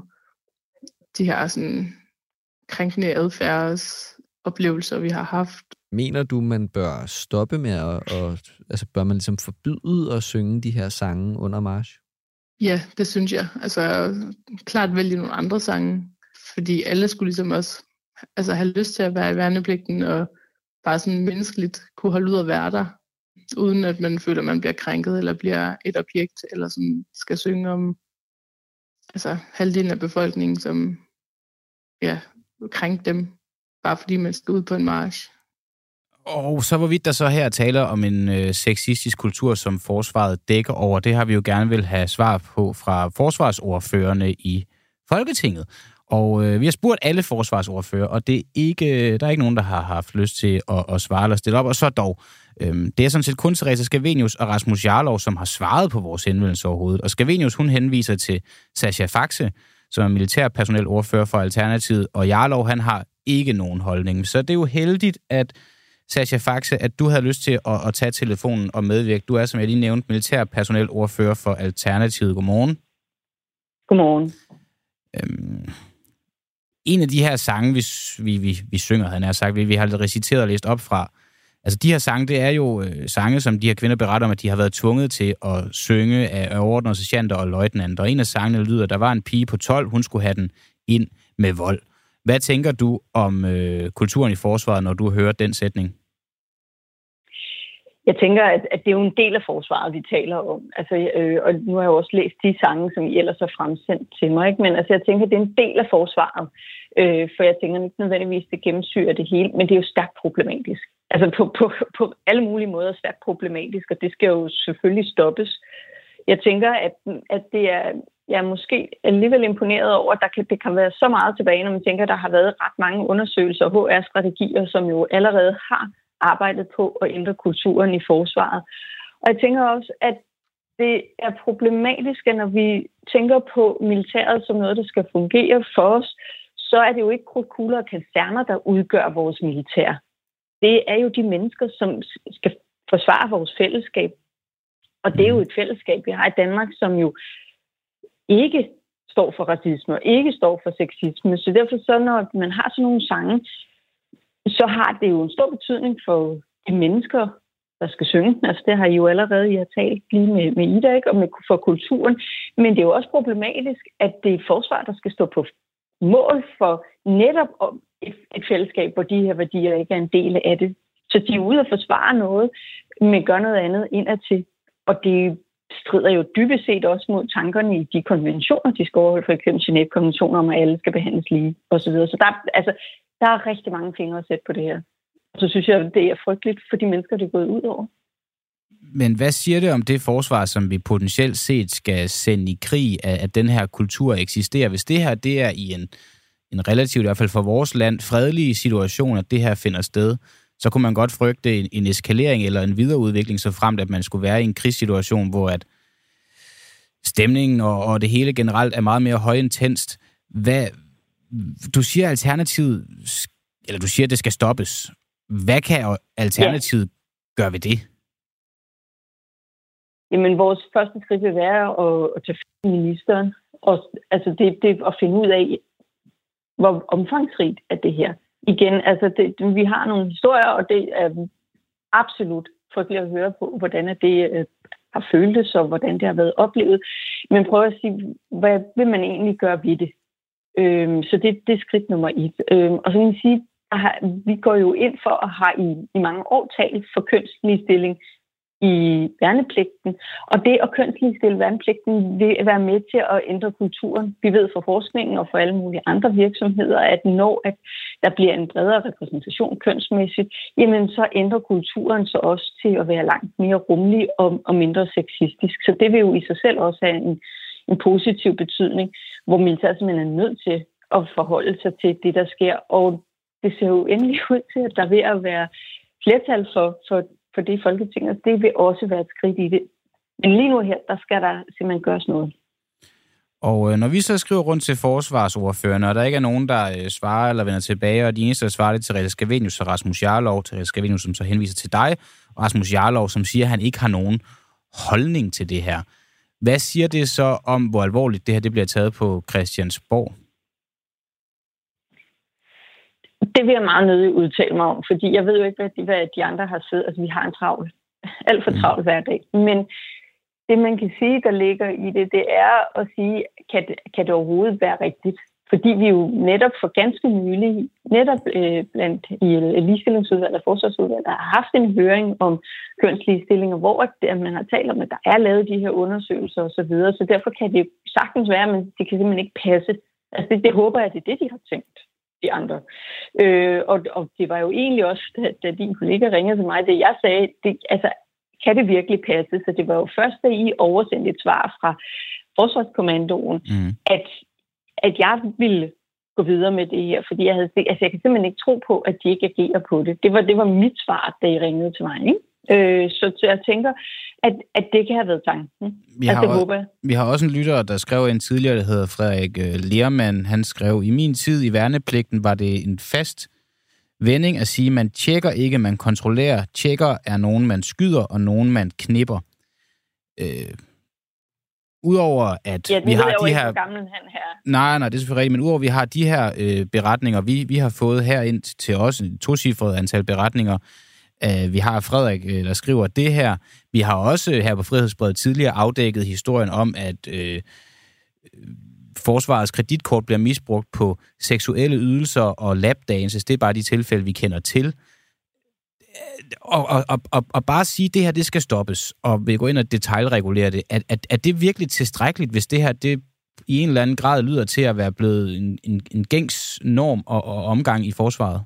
de her sådan krænkende adfærdsoplevelser, vi har haft. Mener du, man bør stoppe med at, og, altså bør man ligesom forbyde at synge de her sange under march? Ja, det synes jeg. Altså klart vælge nogle andre sange, fordi alle skulle ligesom også altså, have lyst til at være i værnepligten, og bare sådan menneskeligt kunne holde ud at være der, uden at man føler, at man bliver krænket, eller bliver et objekt, eller som skal synge om altså, halvdelen af befolkningen, som ja, krænker dem, bare fordi man skal ud på en march. Og så hvorvidt der så her taler om en øh, sexistisk kultur, som forsvaret dækker over, det har vi jo gerne vil have svar på fra forsvarsordførerne i Folketinget. Og øh, vi har spurgt alle forsvarsordfører, og det er ikke, der er ikke nogen, der har haft lyst til at, at svare eller stille op. Og så dog, øh, det er sådan set kun Theresa Scavenius og Rasmus Jarlov, som har svaret på vores henvendelse overhovedet. Og Scavenius, hun henviser til Sascha Faxe, som er militærpersonelordfører for Alternativet, og Jarlov, han har ikke nogen holdning. Så det er jo heldigt, at Sascha Faxe, at du havde lyst til at, at tage telefonen og medvirke. Du er, som jeg lige nævnte, militærpersonelordfører for Alternativet. Godmorgen. Godmorgen. Øhm, en af de her sange, vi, vi, vi, vi synger, han har sagt, vi, vi har reciteret og læst op fra, altså de her sange, det er jo øh, sange, som de her kvinder beretter om, at de har været tvunget til at synge af, af ordner, sergeanter og løjtnanter. Og en af sangene lyder, der var en pige på tolv, hun skulle have den ind med vold. Hvad tænker du om øh, kulturen i forsvaret, når du hører den sætning? Jeg tænker, at, at det er jo en del af forsvaret, vi taler om. Altså, øh, og nu har jeg jo også læst de sange, som I ellers har fremsendt til mig. Ikke? Men altså, jeg tænker, at det er en del af forsvaret. Øh, for jeg tænker ikke nødvendigvis, det gennemsyrer det hele. Men det er jo stærkt problematisk. Altså på, på, på alle mulige måder stærkt problematisk. Og det skal jo selvfølgelig stoppes. Jeg tænker, at, at det er... Jeg er måske alligevel imponeret over, at der kan, det kan være så meget tilbage, når man tænker, at der har været ret mange undersøgelser og H R-strategier, som jo allerede har arbejdet på at ændre kulturen i forsvaret. Og jeg tænker også, at det er problematisk, at når vi tænker på militæret som noget, der skal fungere for os, så er det jo ikke krudtkugler og kaserner, der udgør vores militær. Det er jo de mennesker, som skal forsvare vores fællesskab. Og det er jo et fællesskab, vi har i Danmark, som jo ikke står for racisme og ikke står for sexisme. Så derfor så, når man har sådan nogle sange, så har det jo en stor betydning for de mennesker, der skal synge. Altså det har I jo allerede, I har talt lige med, med Ida, ikke? Og med, for kulturen. Men det er jo også problematisk, at det er forsvar, der skal stå på mål for netop et, et fællesskab, hvor de her værdier ikke er en del af det. Så de er ude at forsvare noget, men gør noget andet indadtil. Og det strider jo dybest set også mod tankerne i de konventioner, de skal overholde, for eksempel Genève-konventioner om, at alle skal behandles lige, osv. Så, så der, altså, der er rigtig mange fingre at sætte på det her. Og så synes jeg, at det er frygteligt for de mennesker, det er gået ud over. Men hvad siger det om det forsvar, som vi potentielt set skal sende i krig, at, at den her kultur eksisterer? Hvis det her det er i en, en relativt, i hvert fald for vores land, fredelig situation, at det her finder sted, så kunne man godt frygte en, en eskalering eller en videreudvikling, så fremt at man skulle være i en krigssituation, hvor at stemningen og, og det hele generelt er meget mere højintenst. Hvad, du siger Alternativet, eller du siger, at det skal stoppes. Hvad kan Alternativet ja. gøre ved det? Jamen, vores første skridt vil være at, at tage ministeren, og altså det, det at finde ud af, hvor omfangsrigt er det her. Igen, altså det, vi har nogle historier, og det er absolut frygteligt at høre på, hvordan det øh, har føltes, og hvordan det har været oplevet. Men prøv at sige, hvad vil man egentlig gøre ved det? Øhm, så det, det er skridt nummer et. Øhm, og så kan man sige, at vi går jo ind for at have i, i mange år talt for kønsligestilling i værnepligten. Og det at kønsligestille værnepligten vil være med til at ændre kulturen. Vi ved fra forskningen og fra alle mulige andre virksomheder, at når at der bliver en bredere repræsentation kønsmæssigt, jamen så ændrer kulturen så også til at være langt mere rummelig og, og mindre sexistisk. Så det vil jo i sig selv også have en, en positiv betydning, hvor militæret simpelthen er nødt til at forholde sig til det, der sker. Og det ser jo endelig ud til, at der vil at være flertal for, for for det i Folketinget, det vil også være et skridt i det. Men lige nu her, der skal der simpelthen gøres noget. Og øh, når vi så skriver rundt til forsvarsordførerne, og der ikke er nogen, der øh, svarer eller vender tilbage, og de eneste, der svarer det til Therese Scavenius og Rasmus Jarlov, Therese Scavenius, som så henviser til dig, og Rasmus Jarlov, som siger, at han ikke har nogen holdning til det her. Hvad siger det så om, hvor alvorligt det her det bliver taget på Christiansborg? Det vil jeg meget nødig udtale mig om, fordi jeg ved jo ikke, hvad de, hvad de andre har siddet. Altså, vi har en travl, alt for travl hver dag. Men det, man kan sige, der ligger i det, det er at sige, kan det, kan det overhovedet være rigtigt? Fordi vi jo netop for ganske nylig, netop øh, blandt i ligestillingsudvalget og forsvarsudvalget, har haft en høring om kønsligestillinger, hvor at man har talt om, at der er lavet de her undersøgelser osv. Så, så derfor kan det sagtens være, men det kan simpelthen ikke passe. Altså, det, det håber jeg, det er det, de har tænkt. De andre. Øh, og, og det var jo egentlig også, da, da din kollega ringede til mig, det jeg sagde, det, altså, kan det virkelig passe? Så det var jo først, da I oversendte et svar fra Forsvarskommandoen, mm. at, at jeg ville gå videre med det her, fordi jeg havde altså, jeg kan simpelthen ikke tro på, at de ikke agerer på det. Det var, det var mit svar, da I ringede til mig, ikke? Øh, så, så jeg tænker, at, at det kan have været tanken. Vi altså, har, det håber jeg. Vi har også en lytter, der skrev en tidligere, der hedder Frederik Lermann. Han skrev, i min tid i værnepligten var det en fast vending at sige, man tjekker ikke, man kontrollerer. Tjekker er nogen, man skyder, og nogen, man knipper. Øh, Udover at ja, vi har de ikke, her... gammel han her. Nej, nej, det er selvfølgelig rigtigt, men udover at vi har de her øh, beretninger, vi, vi har fået her ind til os, et tocifret antal beretninger. Uh, vi har Frederik, uh, der skriver det her. Vi har også her på Frihedsbrevet tidligere afdækket historien om, at uh, forsvarets kreditkort bliver misbrugt på seksuelle ydelser og lapdances. Det er bare de tilfælde, vi kender til. Og, og, og, og, og bare sige, at det her det skal stoppes, og vi går ind og detailregulere det. Er, er, er det virkelig tilstrækkeligt, hvis det her det i en eller anden grad lyder til at være blevet en, en, en gængs norm og, og omgang i forsvaret?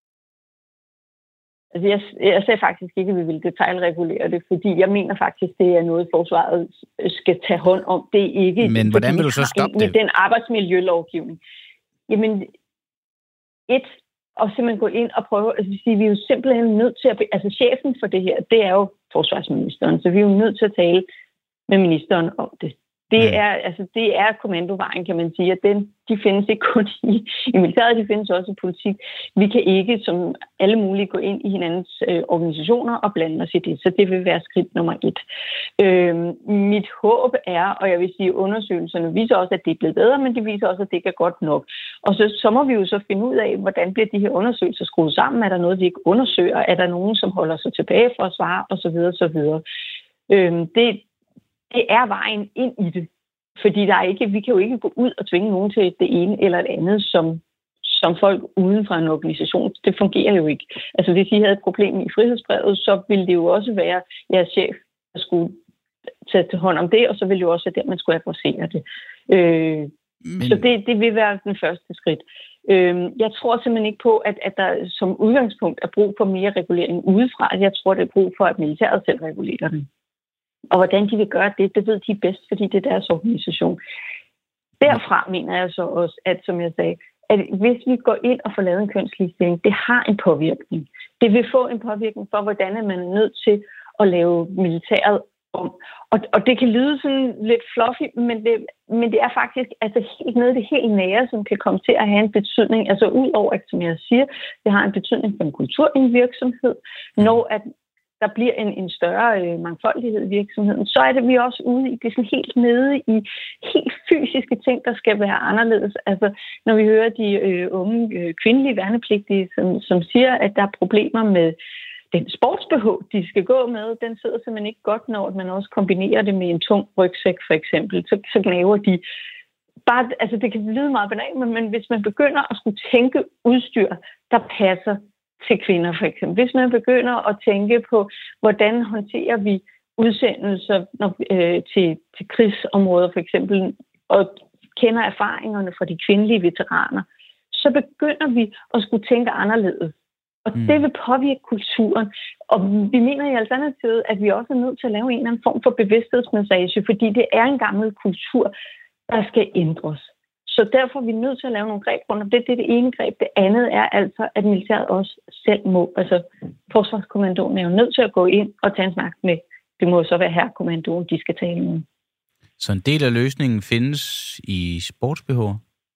Altså, jeg, jeg sagde faktisk ikke, at vi vil detailregulere det, fordi jeg mener faktisk, det er noget, forsvaret skal tage hånd om. Det er ikke... Men hvordan vil du så stoppe det? Den arbejdsmiljølovgivning. Jamen, et, og simpelthen gå ind og prøve... Altså, vi er jo simpelthen nødt til at... Altså, chefen for det her, det er jo forsvarsministeren, så vi er jo nødt til at tale med ministeren om det. Det er, altså, det er kommandovejen, kan man sige, at den, de findes ikke kun i, i militæret, de findes også i politik. Vi kan ikke, som alle mulige, gå ind i hinandens øh, organisationer og blande os i det, så det vil være skridt nummer et. Øh, mit håb er, og jeg vil sige, undersøgelserne viser også, at det er blevet bedre, men de viser også, at det ikke er godt nok. Og så, så må vi jo så finde ud af, hvordan bliver de her undersøgelser skruet sammen? Er der noget, vi ikke undersøger? Er der nogen, som holder sig tilbage for at svare? Og så videre, så videre. Øh, det Det er vejen ind i det, fordi der er ikke, vi kan jo ikke gå ud og tvinge nogen til det ene eller det andet, som, som folk uden for en organisation. Det fungerer jo ikke. Altså hvis I havde et problem i frihedsbrevet, så ville det jo også være jeres chef, der skulle tage til hånd om det, og så ville det jo også være der, man skulle adressere det. Øh, Men... Så det, det vil være den første skridt. Øh, jeg tror simpelthen ikke på, at, at der som udgangspunkt er brug for mere regulering udefra. Jeg tror, det er brug for, at militæret selv regulerer den. Og hvordan de vil gøre det, det ved de bedst, fordi det er deres organisation. Derfra mener jeg så også, at som jeg sagde, at hvis vi går ind og får lavet en kønsligestilling, det har en påvirkning. Det vil få en påvirkning for, hvordan man er nødt til at lave militæret om. Og, og det kan lyde sådan lidt fluffy, men det, men det er faktisk altså helt nede det helt nære, som kan komme til at have en betydning. Altså ud over, som jeg siger, det har en betydning for en kultur i en virksomhed, når at der bliver en, en større øh, mangfoldighed i virksomheden, så er det vi også ude i det sådan helt nede i helt fysiske ting, der skal være anderledes. Altså, når vi hører de øh, unge øh, kvindelige værnepligtige, som, som siger, at der er problemer med den sportsbehov, de skal gå med, den sidder simpelthen ikke godt, når man også kombinerer det med en tung rygsæk, for eksempel. Så, så gnaver de. Bare, altså, det kan lyde meget banalt, men hvis man begynder at skulle tænke udstyr, der passer til kvinder, for eksempel. Hvis man begynder at tænke på, hvordan håndterer vi udsendelser når, øh, til, til krigsområder, for eksempel, og kender erfaringerne fra de kvindelige veteraner, så begynder vi at skulle tænke anderledes. Og mm. det vil påvirke kulturen. Og vi mener i Alternativet, at vi også er nødt til at lave en eller anden form for bevidsthedsmassage, fordi det er en gammel kultur, der skal ændres. Så derfor er vi nødt til at lave nogle greb rundt om det. Det er det ene greb. Det andet er altså, at militæret også selv må. Altså, Forsvarskommandoen er jo nødt til at gå ind og tage en snak med. Det må så være herrekommandoen, de skal tale med. Så en del af løsningen findes i sportsbehov?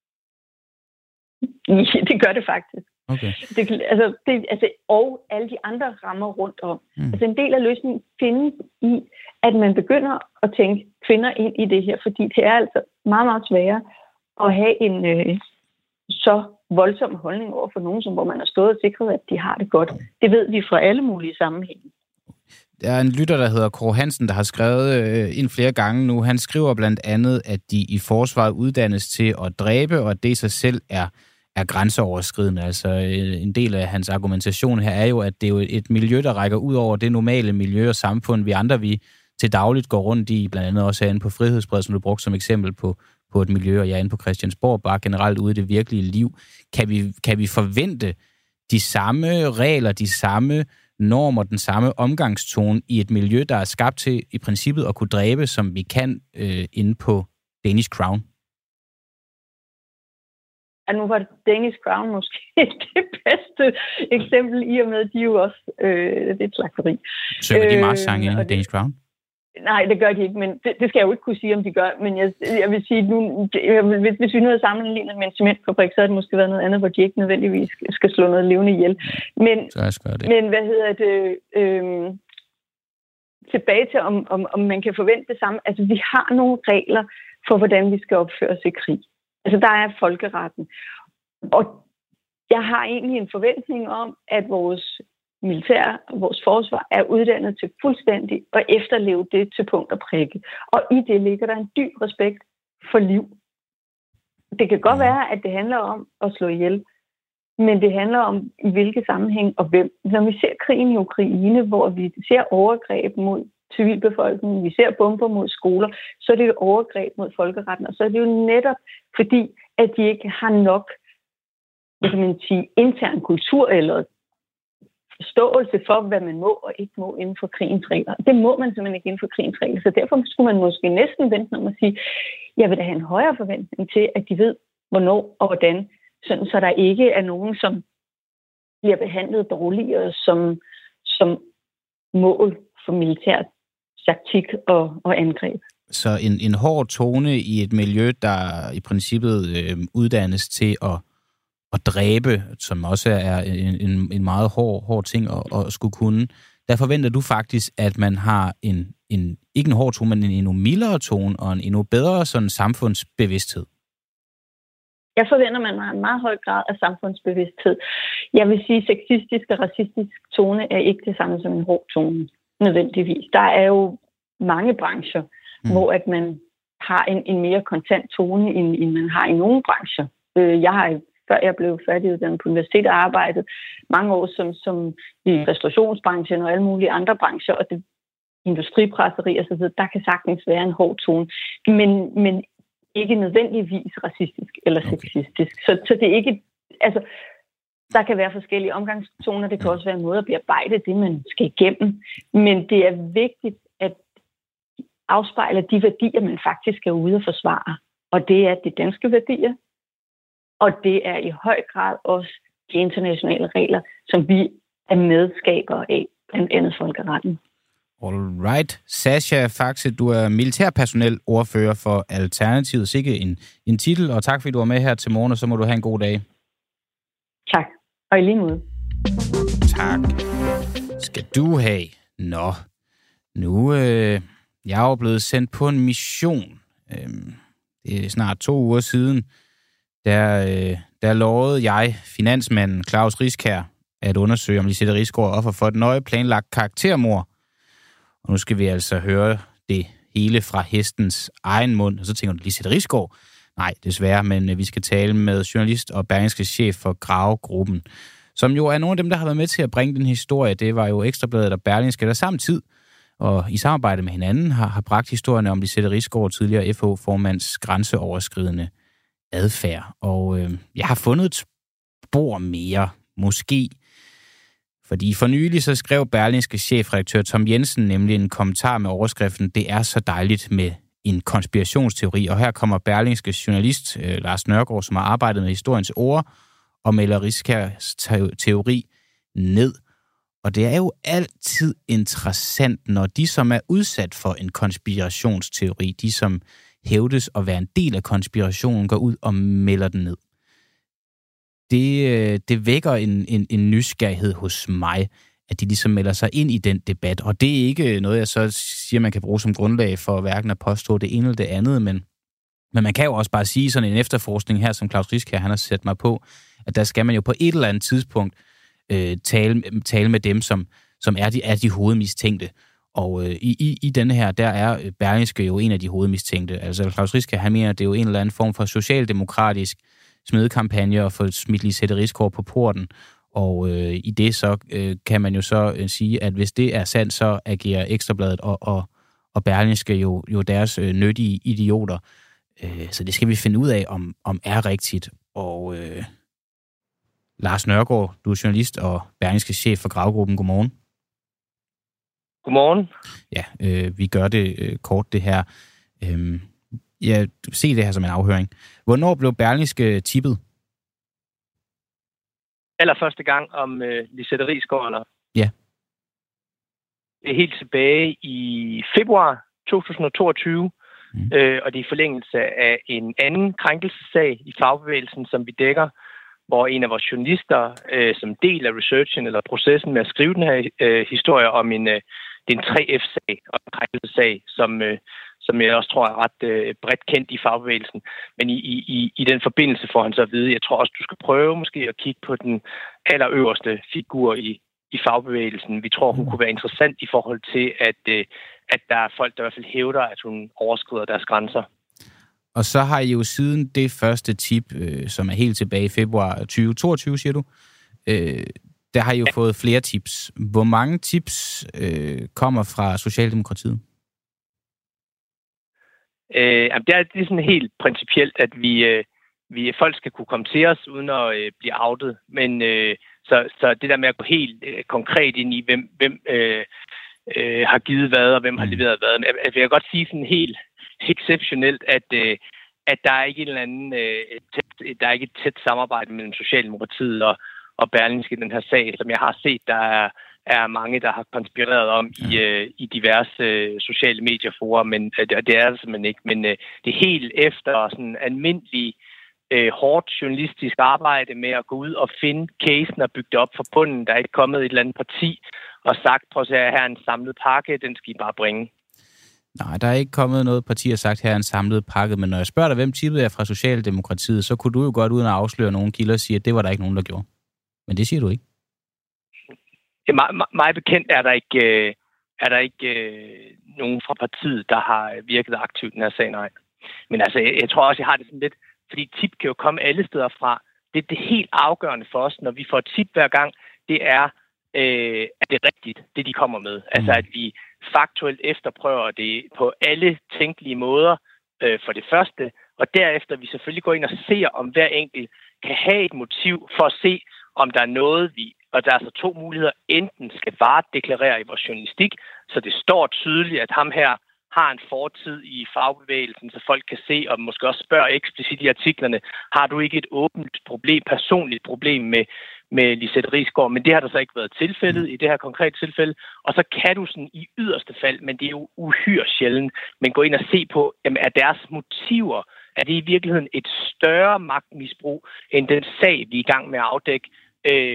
Det gør det faktisk. Okay. Det, altså, det, altså, og alle de andre rammer rundt om. Mm. Altså en del af løsningen findes i, at man begynder at tænke kvinder ind i det her, fordi det er altså meget, meget sværere at have en øh, så voldsom holdning over for nogen, som hvor man har stået og sikret, at de har det godt. Det ved vi fra alle mulige sammenhænge. Der er en lytter, der hedder Kåre Hansen, der har skrevet øh, ind flere gange nu. Han skriver blandt andet, at de i forsvaret uddannes til at dræbe, og at det i sig selv er er grænseoverskridende. Altså en del af hans argumentation her er jo, at det er jo et miljø, der rækker ud over det normale miljø og samfund, vi andre vi til dagligt går rundt i, blandt andet også herinde på Frihedsbred, som du brugte som eksempel på, på et miljø, og jeg er inde på Christiansborg, bare generelt ude i det virkelige liv. Kan vi, kan vi forvente de samme regler, de samme normer, den samme omgangstone i et miljø, der er skabt til i princippet at kunne dræbe, som vi kan øh, inde på Danish Crown? at nu var Danish Crown måske det bedste eksempel, i og med, at de jo også, øh, det er et slagteri. Synger de marchsange i Danish Crown? Nej, det gør de ikke, men det, det skal jeg jo ikke kunne sige, om de gør. Men jeg, jeg vil sige, nu, hvis, hvis vi nu havde sammenlignet med en cementfabrik, så har det måske været noget andet, hvor de ikke nødvendigvis skal slå noget levende ihjel. Men, det. men hvad hedder det? Øh, tilbage til, om, om, om man kan forvente det samme. Altså, vi har nogle regler for, hvordan vi skal opføre os i krig. Altså, der er folkeretten. Og jeg har egentlig en forventning om, at vores militær, vores forsvar er uddannet til fuldstændig at efterleve det til punkt og prikke. Og i det ligger der en dyb respekt for liv. Det kan godt være, at det handler om at slå ihjel, men det handler om, i hvilke sammenhæng og hvem. Når vi ser krigen i Ukraine, hvor vi ser overgreb mod civilbefolkningen, vi ser bomber mod skoler, så er det et overgreb mod folkeretten. Og så er det jo netop fordi, at de ikke har nok, hvad kan man sige, intern kultur eller forståelse for, hvad man må og ikke må inden for krigens regler. Det må man simpelthen ikke inden for krigens regler. Så derfor skulle man måske næsten vente om at sige, jeg vil da have en højere forventning til, at de ved, hvornår og hvordan, sådan, så der ikke er nogen, som bliver behandlet dårligere som, som mål for militær taktik og, og angreb. Så en, en hård tone i et miljø, der i princippet øh, uddannes til at at dræbe, som også er en, en, en meget hård, hård ting at, at skulle kunne, der forventer du faktisk, at man har en, en ikke en hård tone, men en endnu mildere tone og en endnu bedre sådan samfundsbevidsthed? Jeg forventer, at man har en meget høj grad af samfundsbevidsthed. Jeg vil sige, at sexistisk og racistisk tone er ikke det samme som en hård tone, nødvendigvis. Der er jo mange brancher, mm. hvor at man har en, en mere kontant tone, end, end man har i nogle brancher. Jeg har før jeg blev færdiguddannet på universitetet og arbejdet mange år som, som i restaurationsbranchen og alle mulige andre brancher, og det industripresseri og så videre, der kan sagtens være en hård tone, men, men ikke nødvendigvis racistisk eller sexistisk. Okay. Så, så det er ikke, altså, der kan være forskellige omgangstoner, det kan også være en måde at bearbejde det, man skal igennem, men det er vigtigt at afspejle de værdier, man faktisk er ude at forsvare, og det er de danske værdier, og det er i høj grad også de internationale regler, som vi er medskabere af, blandt andet folkeretten. All right. Sascha Faxe, du er militærpersonel ordfører for Alternativet. Sikke en, en titel, og tak fordi du var med her til morgen, og så må du have en god dag. Tak, og i lige måde. Tak skal du have. Nå, nu øh, jeg er jo blevet sendt på en mission. Øhm, det er snart to uger siden. Der, øh, der lovede jeg, finansmanden Claus Riskær, at undersøge, om Lisette Risgaard er offer for et nøje planlagt karaktermord. Og nu skal vi altså høre det hele fra hestens egen mund. Og så tænker du, Lisette Risgaard? Nej, desværre, men vi skal tale med journalist og Berlingskes chef for Gravegruppen, som jo er nogle af dem, der har været med til at bringe den historie. Det var jo Ekstrabladet og Berlingske, der samtidig og i samarbejde med hinanden har, har bragt historierne om Lisette Risgaard, tidligere F H-formands grænseoverskridende adfærd. Og øh, jeg har fundet et spor mere, måske. Fordi for nylig så skrev Berlingske chefredaktør Tom Jensen nemlig en kommentar med overskriften "Det er så dejligt med en konspirationsteori", og her kommer Berlingskes journalist øh, Lars Nørgaard, som har arbejdet med historiens ord, og melder Riskærs teori ned. Og det er jo altid interessant, når de, som er udsat for en konspirationsteori, de, som hævdes at være en del af konspirationen, går ud og melder den ned. Det, det vækker en, en, en nysgerrighed hos mig, at de ligesom melder sig ind i den debat. Og det er ikke noget, jeg så siger, man kan bruge som grundlag for hverken at påstå det ene eller det andet, men, men man kan jo også bare sige sådan en efterforskning her, som Claus Riskær, han har sat mig på, at der skal man jo på et eller andet tidspunkt øh, tale, tale med dem, som, som er, de, er de hovedmistænkte. Og øh, i, i denne her, der er Berlingske jo en af de hovedmistænkte. Altså Claus Riskær, han mener, at det er jo en eller anden form for socialdemokratisk smedekampagne og få smidt Lisette Risgaard på porten. Og øh, i det så øh, kan man jo så øh, sige, at hvis det er sandt, så agerer Ekstrabladet og, og, og Berlingske jo, jo deres øh, nyttige idioter. Øh, så det skal vi finde ud af, om, om er rigtigt. Og øh, Lars Nørgaard, du er journalist og Berlingskes chef for Gravegruppen. Godmorgen. Godmorgen. Ja, øh, vi gør det øh, kort det her. Øh, jeg ser det her som en afhøring. Hvornår blev Berlingske tippet? Allerførste gang om øh, Lisette Risgaard. Ja. Det er helt tilbage i februar to tusind og toogtyve, mm. øh, og det er i forlængelse af en anden krænkelsessag i fagbevægelsen, som vi dækker, hvor en af vores journalister, øh, som del af researchen eller processen med at skrive den her øh, historie om en, øh, det er en tre F-sag og en krænkelsessag, som, øh, som jeg også tror er ret øh, bredt kendt i fagbevægelsen. Men i, i, i den forbindelse får han så at vide, jeg tror også, du skal prøve måske at kigge på den allerøverste figur i, i fagbevægelsen. Vi tror, hun kunne være interessant i forhold til, at, øh, at der er folk, der i hvert fald hævder, at hun overskrider deres grænser. Og så har I jo siden det første tip, øh, som er helt tilbage i februar tyve toogtyve, siger du, øh, der har I jo ja. fået flere tips. Hvor mange tips øh, kommer fra Socialdemokratiet? Øh, det, er, det er sådan helt principielt, at vi, øh, vi folk skal kunne komme til os, uden at øh, blive outet. Men øh, så, så det der med at gå helt øh, konkret ind i, hvem, hvem øh, øh, har givet hvad, og hvem har leveret hvad. Men jeg, jeg vil godt sige sådan helt exceptionelt, at, øh, at der er ikke en eller anden, øh, tæt, der er ikke et tæt samarbejde mellem Socialdemokratiet og, og Berlingske i den her sag, som jeg har set, der er, er mange, der har konspireret om i, øh, i diverse øh, sociale medieforer, men øh, det er det simpelthen ikke. Men øh, det er helt efter sådan almindelig øh, hårdt journalistisk arbejde med at gå ud og finde casen og bygge det op fra bunden. Der er ikke kommet et eller andet parti og sagt, prøv at se, her er en samlet pakke, den skal I bare bringe. Nej, der er ikke kommet noget parti, der har sagt, her er en samlet pakke, men når jeg spørger dig, hvem tippet er fra Socialdemokratiet, så kunne du jo godt uden at afsløre nogen kilder sige, at det var der ikke nogen, der gjorde. Men det siger du ikke. Ja, mig, mig bekendt er der ikke, øh, er der ikke øh, nogen fra partiet, der har virket aktivt i den her sag, nej. Men altså, jeg, jeg tror også, jeg har det sådan lidt, fordi tip kan jo komme alle steder fra. Det er det helt afgørende for os, når vi får tip hver gang, det er, øh, at det er rigtigt, det de kommer med. Mm. Altså, at vi faktuelt efterprøver det på alle tænkelige måder øh, for det første, og derefter vi selvfølgelig går ind og ser, om hver enkelt kan have et motiv for at se, om der er noget, vi, og der er altså to muligheder, enten skal varedeklarere i vores journalistik, så det står tydeligt, at ham her har en fortid i fagbevægelsen, så folk kan se, og måske også spørge eksplicit i artiklerne, har du ikke et åbent problem, personligt problem med, med Lisette Risgaard, men det har der så ikke været tilfældet i det her konkrete tilfælde, og så kan du sådan i yderste fald, men det er jo uhyre sjældent, men gå ind og se på, jamen, er deres motiver, er det i virkeligheden et større magtmisbrug, end den sag, vi er i gang med at afdække. Øh,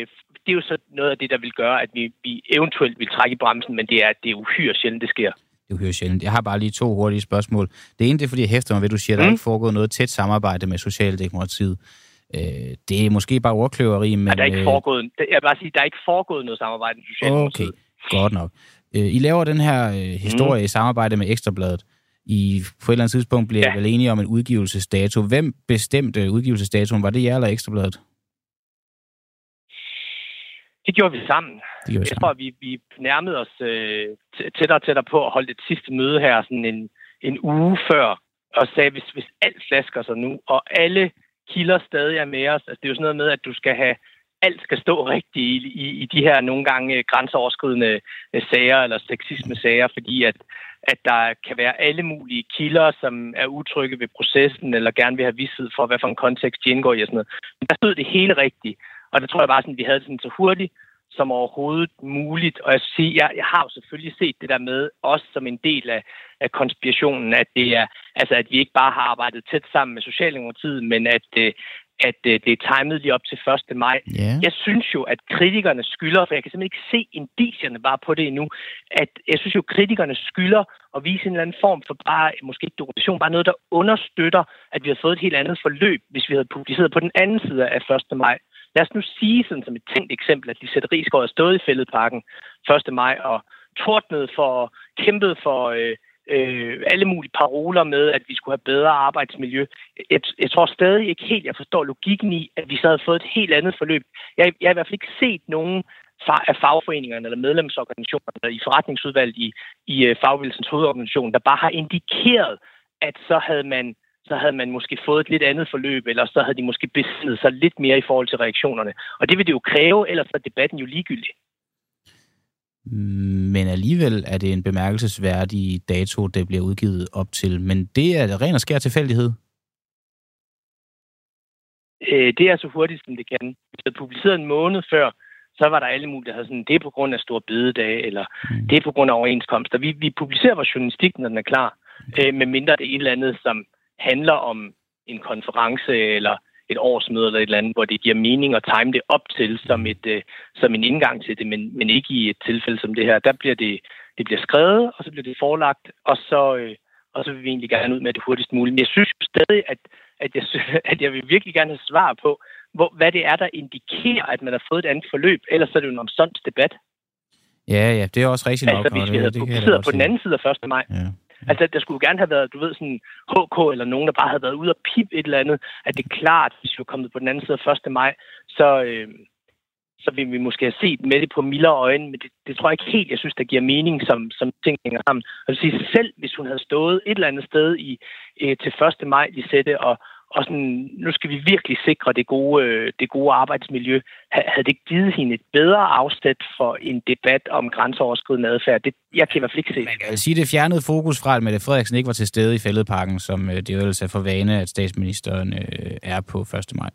det er jo så noget af det, der vil gøre, at vi, vi eventuelt vil trække i bremsen, men det er, det er uhyre sjældent, det sker. Det er uhyre sjældent. Jeg har bare lige to hurtige spørgsmål. Det ene, det er, fordi jeg hæfter mig ved, du siger, at der mm. ikke foregået noget tæt samarbejde med Socialdemokratiet. Øh, det er måske bare ordkløveri, men... Ja, der er ikke foregået, jeg vil bare sige, der er ikke foregået noget samarbejde med Socialdemokratiet. Okay, godt nok. Øh, I laver den her øh, historie mm. i samarbejde med Ekstrabladet. I på et eller andet tidspunkt bliver ja. vel enige om en udgivelsesdato. Hvem bestemte udgivelsesdatoen? Var det jer eller Ekstrabladet? Det gjorde vi sammen. Det gjorde vi sammen. Jeg tror, vi, vi nærmede os øh, tættere og tættere på at holde et sidste møde her sådan en, en uge før, og sagde, hvis, hvis alt flasker sig nu, og alle kilder stadig er med os, altså det er jo sådan noget med, at du skal have, alt skal stå rigtigt i, i, i de her nogle gange grænseoverskridende sager, eller sexisme-sager, fordi at, at der kan være alle mulige kilder, som er utrygge ved processen, eller gerne vil have vished for, hvad for en kontekst de indgår i og sådan noget. Men der stod det hele rigtigt. Og det tror jeg bare sådan, vi havde det sådan så hurtigt som overhovedet muligt. Og jeg skal sige, jeg, jeg har jo selvfølgelig set det der med, også som en del af, af konspirationen, at det er, altså at vi ikke bare har arbejdet tæt sammen med Socialdemokratiet, men at, at det er timet lige op til første maj. Yeah. Jeg synes jo, at kritikerne skylder, for jeg kan simpelthen ikke se indicierne bare på det endnu, at jeg synes jo, at kritikerne skylder at vise en eller anden form for bare, måske ikke dokumentation, bare noget, der understøtter, at vi har fået et helt andet forløb, hvis vi havde publiceret på den anden side af første maj. Lad os nu sige sådan som et tænkt eksempel, at Lisette Risgaard er stået i Fælledparken første maj og tordnede for, kæmpet for øh, øh, alle mulige paroler med, at vi skulle have bedre arbejdsmiljø. Jeg, jeg tror stadig ikke helt, jeg forstår logikken i, at vi så havde fået et helt andet forløb. Jeg, jeg har i hvert fald ikke set nogen af fagforeningerne eller medlemsorganisationerne eller i forretningsudvalget i, i Fagbevægelsens hovedorganisation, der bare har indikeret, at så havde man så havde man måske fået et lidt andet forløb, eller så havde de måske besiddet sig lidt mere i forhold til reaktionerne. Og det vil det jo kræve, ellers er debatten jo ligegyldig. Men alligevel er det en bemærkelsesværdig dato, der bliver udgivet op til. Men det er ren og skær tilfældighed? Øh, det er så hurtigt, som det kan. Hvis det er publiceret en måned før, så var der alle mulige, der havde sådan, det er på grund af store bededage, eller mm. det er på grund af overenskomster. Vi, vi publicerer vores journalistik, når den er klar, øh, med mindre det er et eller andet, som handler om en konference eller et årsmøde eller et eller andet, hvor det giver mening at time det op til som, et, øh, som en indgang til det, men, men ikke i et tilfælde som det her. Der bliver det, det bliver skrevet, og så bliver det forelagt, og så, øh, og så vil vi egentlig gerne ud med det hurtigst muligt. Men jeg synes stadig, at, at, jeg, at jeg vil virkelig gerne have svar på, hvor, hvad det er, der indikerer, at man har fået et andet forløb, ellers er det jo en omsondt debat. Ja, ja, det er også rigtigt nok. Altså, hvis vi havde publiceret på den anden side af første maj, ja. Altså, der skulle gerne have været, du ved, sådan H K eller nogen, der bare havde været ude og pipe et eller andet, at det er klart, hvis vi var kommet på den anden side af første maj, så, øh, så vil vi måske have set med det på mildere øjne, men det, det tror jeg ikke helt, jeg synes, der giver mening, som, som ting hænger sammen. Og det vil sige, selv hvis hun havde stået et eller andet sted i, øh, til første maj, Lisette, og, og sådan, nu skal vi virkelig sikre det gode, øh, det gode arbejdsmiljø, havde det givet hende et bedre afsæt for en debat om grænseoverskridende adfærd? Det, jeg kan i hvert fald ikke se. Man kan sige, det fjernede fokus fra, at Mette Frederiksen ikke var til stede i Fælledparken, som øh, det jo ellers er for vane, at statsministeren øh, er på første maj.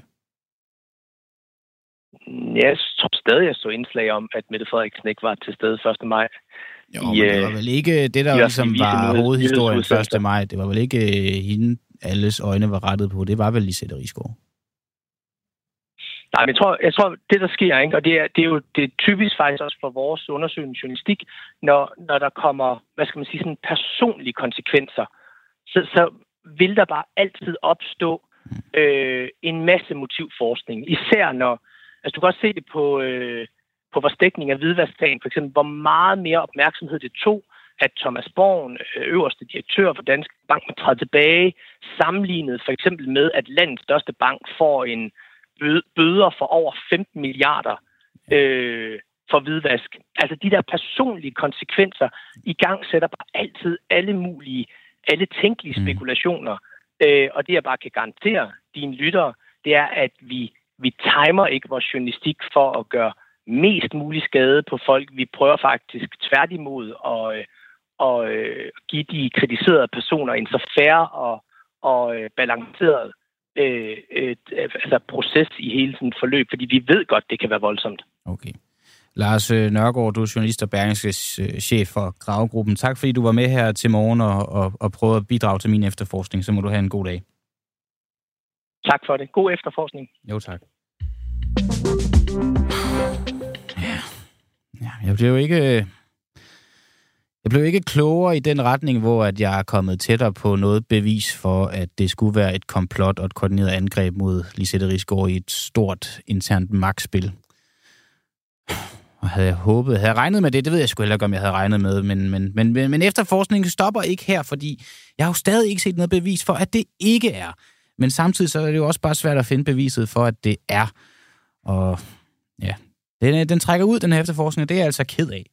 Jeg tror stadig, jeg så indslag om, at Mette Frederiksen ikke var til stede første maj. Jo, I, men det var vel ikke det, der ligesom var hovedhistorien første maj. Det var vel ikke øh, hende, alles øjne var rettet på. Det var vel Lisette Risgaard. Nej, men jeg tror, jeg tror det der sker, ikke? Og det er, det er jo det er typisk faktisk også for vores undersøgende journalistik, når, når der kommer, hvad skal man sige, sådan personlige konsekvenser, så, så vil der bare altid opstå øh, en masse motivforskning. Især når, altså du kan også se det på, øh, på vores dækning af hvidvasksagen, for eksempel, hvor meget mere opmærksomhed det tog, at Thomas Borgen, øverste direktør for Danske Bank, må træde tilbage, sammenlignet for eksempel med, at landets største bank får en bøder for over femten milliarder øh, for hvidvask. Altså de der personlige konsekvenser i gang sætter bare altid alle mulige, alle tænkelige spekulationer. Mm. Øh, og det jeg bare kan garantere dine lyttere, det er, at vi, vi timer ikke vores journalistik for at gøre mest mulig skade på folk. Vi prøver faktisk tværtimod at og øh, give de kritiserede personer en så fair og, og øh, balanceret øh, øh, altså proces i hele sådan forløb, fordi vi ved godt, det kan være voldsomt. Okay. Lars Nørgaard, du er journalist og Berlingskes chef for Gravegruppen. Tak fordi du var med her til morgen og, og, og prøvede at bidrage til min efterforskning. Så må du have en god dag. Tak for det. God efterforskning. Jo, tak. jeg blev ikke... Jeg blev ikke klogere i den retning, hvor at jeg er kommet tættere på noget bevis for, at det skulle være et komplot og et koordineret angreb mod Lizette Risgaard i et stort internt magtspil. Og havde jeg håbet, havde jeg regnet med det, det ved jeg sgu heller ikke, om jeg havde regnet med, men, men, men, men, men efterforskningen stopper ikke her, fordi jeg har jo stadig ikke set noget bevis for, at det ikke er. Men samtidig så er det jo også bare svært at finde beviset for, at det er. Og ja, den, den trækker ud, den her efterforskning, og det er jeg altså ked af.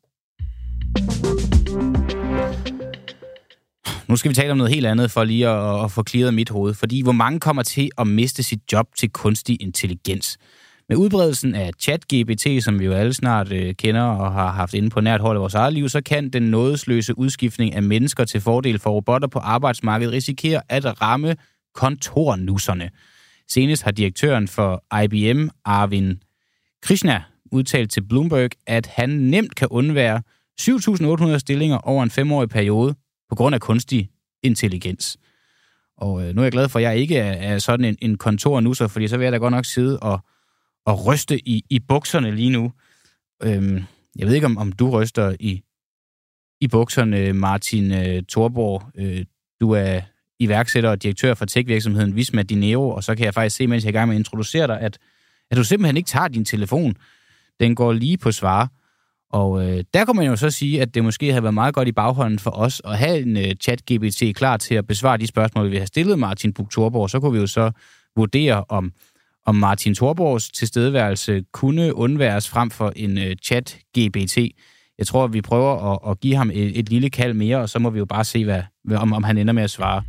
Nu skal vi tale om noget helt andet for lige at, at få clearet mit hoved. Fordi hvor mange kommer til at miste sit job til kunstig intelligens? Med udbredelsen af ChatGPT, som vi jo alle snart øh, kender og har haft inde på nært hold af vores eget liv, så kan den nådesløse udskiftning af mennesker til fordel for robotter på arbejdsmarkedet risikere at ramme kontornusserne. Senest har direktøren for I B M, Arvind Krishna, udtalt til Bloomberg, at han nemt kan undvære syv tusind otte hundrede stillinger over en femårig periode på grund af kunstig intelligens. Og øh, nu er jeg glad for, at jeg ikke er, er sådan en, en kontornusser, fordi så vil jeg da godt nok sidde og, og ryste i, i bukserne lige nu. Øhm, jeg ved ikke, om, om du ryster i, i bukserne, Martin øh, Thorborg. Øh, du er iværksætter og direktør for tech-virksomheden Visma Dinero, og så kan jeg faktisk se, mens jeg er i gang med at introducere dig, at, at du simpelthen ikke tager din telefon. Den går lige på svar. Og øh, der kan man jo så sige, at det måske havde været meget godt i baghånden for os at have en øh, chat-G P T klar til at besvare de spørgsmål, vi har stillet Martin Buch Thorborg. Så kunne vi jo så vurdere, om, om Martin Thorborgs tilstedeværelse kunne undværes frem for en øh, chat-G P T. Jeg tror, at vi prøver at, at give ham et, et lille kald mere, og så må vi jo bare se, hvad, om, om han ender med at svare.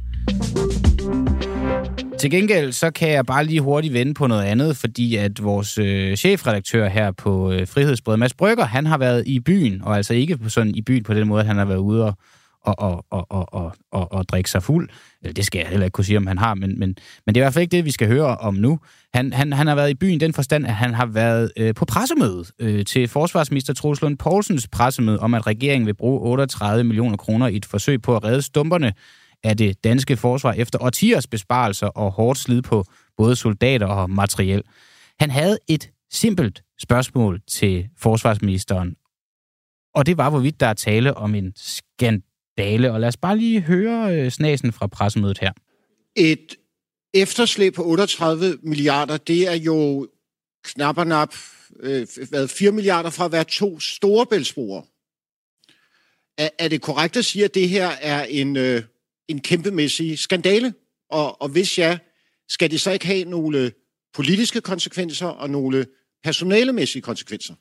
Til gengæld, så kan jeg bare lige hurtigt vende på noget andet, fordi at vores øh, chefredaktør her på øh, Frihedsbrevet, Mads Brygger, han har været i byen, og altså ikke sådan i byen på den måde, at han har været ude og, og, og, og, og, og, og, og drikke sig fuld. Det skal jeg heller ikke kunne sige, om han har, men, men, men det er i hvert fald ikke det, vi skal høre om nu. Han, han, han har været i byen i den forstand, at han har været øh, på pressemødet øh, til forsvarsminister Troels Lund Poulsens pressemøde om, at regeringen vil bruge otteogtredive millioner kroner i et forsøg på at redde stumperne af det danske forsvar efter årtiers besparelser og hårdt slid på både soldater og materiel. Han havde et simpelt spørgsmål til forsvarsministeren, og det var, hvorvidt der er tale om en skandale. Og lad os bare lige høre snasen fra pressemødet her. Et efterslæb på otteogtredive milliarder, det er jo knap og nap øh, fire milliarder fra at være to storebæltsbroer. Er, er det korrekt at sige, at det her er en... Øh, en kæmpemæssig skandale, og, og hvis ja, skal det så ikke have nogle politiske konsekvenser og nogle personalemæssige konsekvenser?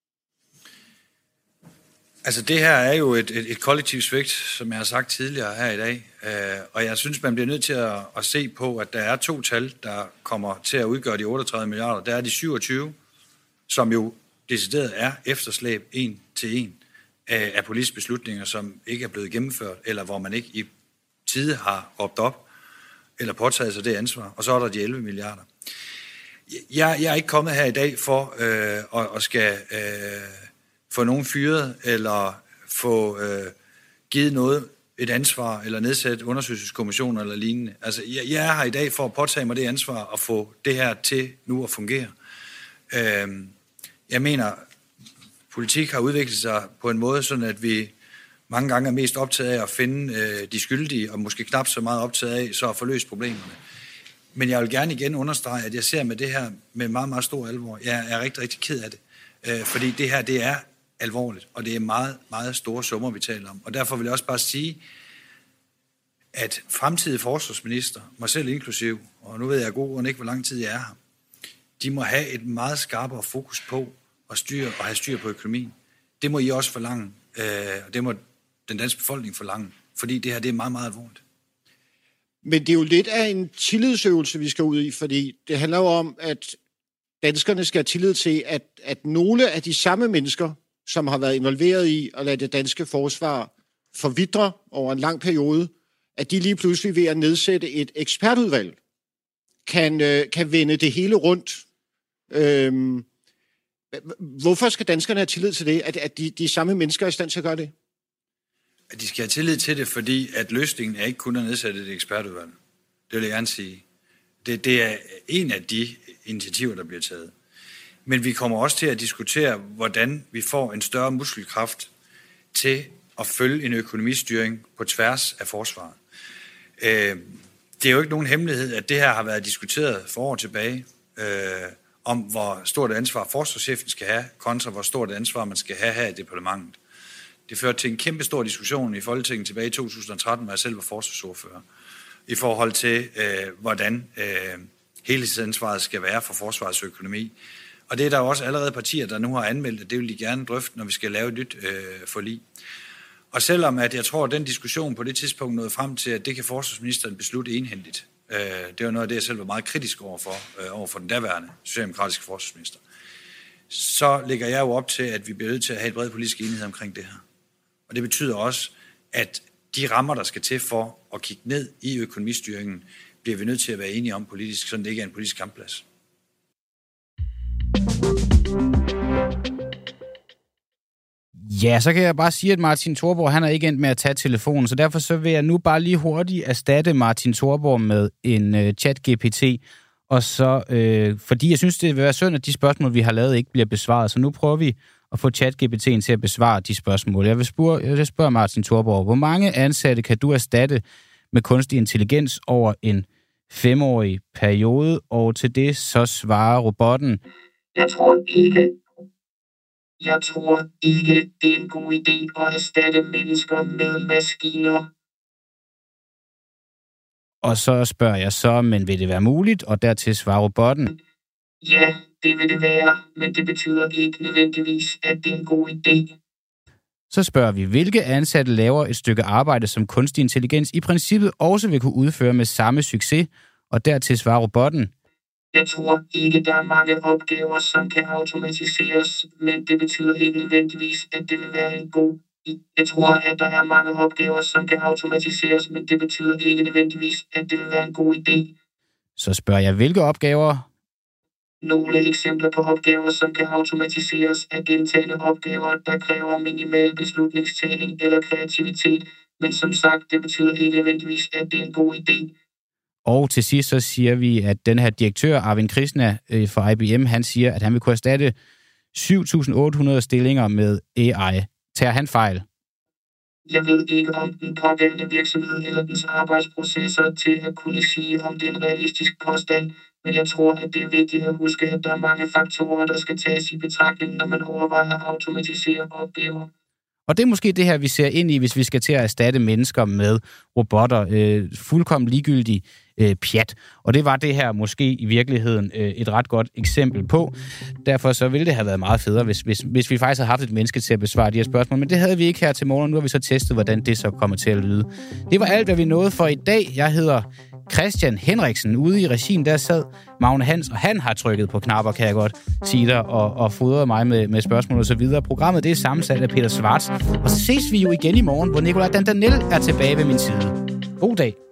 Altså det her er jo et, et, et kollektivt svigt, som jeg har sagt tidligere her i dag, øh, og jeg synes, man bliver nødt til at, at se på, at der er to tal, der kommer til at udgøre de otteogtredive milliarder. Der er de syvogtyve, som jo decideret er efterslæb en til en af, af politiske beslutninger, som ikke er blevet gennemført, eller hvor man ikke i tide har råbt op, eller påtaget sig det ansvar, og så er der de elleve milliarder. Jeg, jeg er ikke kommet her i dag for øh, at, at skal øh, få nogen fyret, eller få øh, givet noget, et ansvar, eller nedsætte undersøgelseskommissioner eller lignende. Altså, jeg, jeg er her i dag for at påtage mig det ansvar, og få det her til nu at fungere. Øh, jeg mener, politik har udviklet sig på en måde, sådan at vi mange gange er mest optaget af at finde øh, de skyldige, og måske knap så meget optaget af så at få løst problemerne. Men jeg vil gerne igen understrege, at jeg ser med det her med meget, meget stor alvor. Jeg er rigtig, rigtig ked af det, øh, fordi det her, det er alvorligt, og det er meget, meget store summer, vi taler om. Og derfor vil jeg også bare sige, at fremtidige forsvarsminister, mig selv inklusiv, og nu ved jeg af god grund ikke, hvor lang tid jeg er her, de må have et meget skarpere fokus på at styre og have styr på økonomien. Det må I også forlange, øh, og det må den danske befolkning forlange, fordi det her, det er meget, meget alvorligt. Men det er jo lidt af en tillidsøvelse, vi skal ud i, fordi det handler jo om, at danskerne skal have tillid til, at, at nogle af de samme mennesker, som har været involveret i at lade det danske forsvar forvidre over en lang periode, at de lige pludselig ved at nedsætte et ekspertudvalg, kan, øh, kan vende det hele rundt. Øhm, hvorfor skal danskerne have tillid til det, at, at de, de samme mennesker er i stand til at gøre det? At de skal have tillid til det, fordi at løsningen er ikke kun at nedsætte et ekspertudvalg. Det vil jeg gerne sige. Det, det er en af de initiativer, der bliver taget. Men vi kommer også til at diskutere, hvordan vi får en større muskelkraft til at følge en økonomistyring på tværs af forsvaret. Øh, det er jo ikke nogen hemmelighed, at det her har været diskuteret for år tilbage, øh, om hvor stort et ansvar forsvarschefen skal have, kontra hvor stort et ansvar man skal have her i departementet. Det førte til en kæmpe stor diskussion i Folketinget tilbage i to tusind og tretten, hvor jeg selv var forsvarsordfører, i forhold til, øh, hvordan øh, helhedsansvaret skal være for forsvarets økonomi. Og det er der også allerede partier, der nu har anmeldt, at det vil de gerne drøfte, når vi skal lave et nyt øh, forlig. Og selvom at jeg tror, at den diskussion på det tidspunkt nåede frem til, at det kan forsvarsministeren beslutte enhændigt. Øh, det var noget af det, jeg selv var meget kritisk overfor, øh, overfor den daværende socialdemokratiske forsvarsminister. Så lægger jeg jo op til, at vi bliver nødt til at have et bredt politisk enighed omkring det her. Og det betyder også, at de rammer, der skal til for at kigge ned i økonomistyringen, bliver vi nødt til at være enige om politisk, så det ikke er en politisk kampplads. Ja, så kan jeg bare sige, at Martin Thorborg, han er ikke endt med at tage telefonen, så derfor så vil jeg nu bare lige hurtigt erstatte Martin Thorborg med en uh, chat-G P T, og så, øh, fordi jeg synes, det vil være synd, at de spørgsmål, vi har lavet, ikke bliver besvaret, så nu prøver vi at få chat-G P T'en til at besvare de spørgsmål. Jeg vil spørge, jeg vil spørge Martin Thorborg, hvor mange ansatte kan du erstatte med kunstig intelligens over en femårig periode, og til det så svarer robotten: Jeg tror ikke, jeg tror ikke, det er en god idé at erstatte mennesker med maskiner. Og så spørger jeg så, men vil det være muligt? Og dertil svarer robotten: Ja, det vil det være, men det betyder ikke nødvendigvis, at det er en god idé. Så spørger vi, hvilke ansatte laver et stykke arbejde, som kunstig intelligens i princippet også vil kunne udføre med samme succes? Og dertil svarer robotten: Jeg tror ikke, der er mange opgaver, som kan automatiseres, men det betyder ikke nødvendigvis, at det vil være en god idé. Jeg tror, at der er mange opgaver, som kan automatiseres, men det betyder ikke nødvendigvis, at det vil være en god idé. Så spørger jeg, hvilke opgaver? Nogle eksempler på opgaver, som kan automatiseres, er gentagne opgaver, der kræver minimal beslutningstagning eller kreativitet. Men som sagt, det betyder ikke nødvendigvis, at det er en god idé. Og til sidst så siger vi, at den her direktør, Arvind Krishna fra I B M, han siger, at han vil kunne erstatte syv tusind otte hundrede stillinger med A I. Tager han fejl? Jeg ved ikke, om den pågældende virksomhed eller dens arbejdsprocesser til at kunne sige, om det er en realistisk påstand. Men jeg tror, at det er vigtigt at huske, at der er mange faktorer, der skal tages i betragtning, når man overvejer at automatisere opgaver. Og det er måske det her, vi ser ind i, hvis vi skal til at erstatte mennesker med robotter. Øh, fuldkommen ligegyldig øh, pjat. Og det var det her måske i virkeligheden øh, et ret godt eksempel på. Derfor så ville det have været meget federe, hvis, hvis, hvis vi faktisk havde haft et menneske til at besvare de her spørgsmål. Men det havde vi ikke her til morgen. Nu har vi så testet, hvordan det så kommer til at lyde. Det var alt, hvad vi nåede for i dag. Jeg hedder Christian Henriksen. Ude i regien, der sad Magne Hans, og han har trykket på knapper, kan jeg godt sige dig, og, og fodret mig med, med spørgsmål og så videre. Programmet det er sammensat af Peter Schwartz. Og så ses vi jo igen i morgen, hvor Nicolai Dandanel er tilbage ved min side. God dag.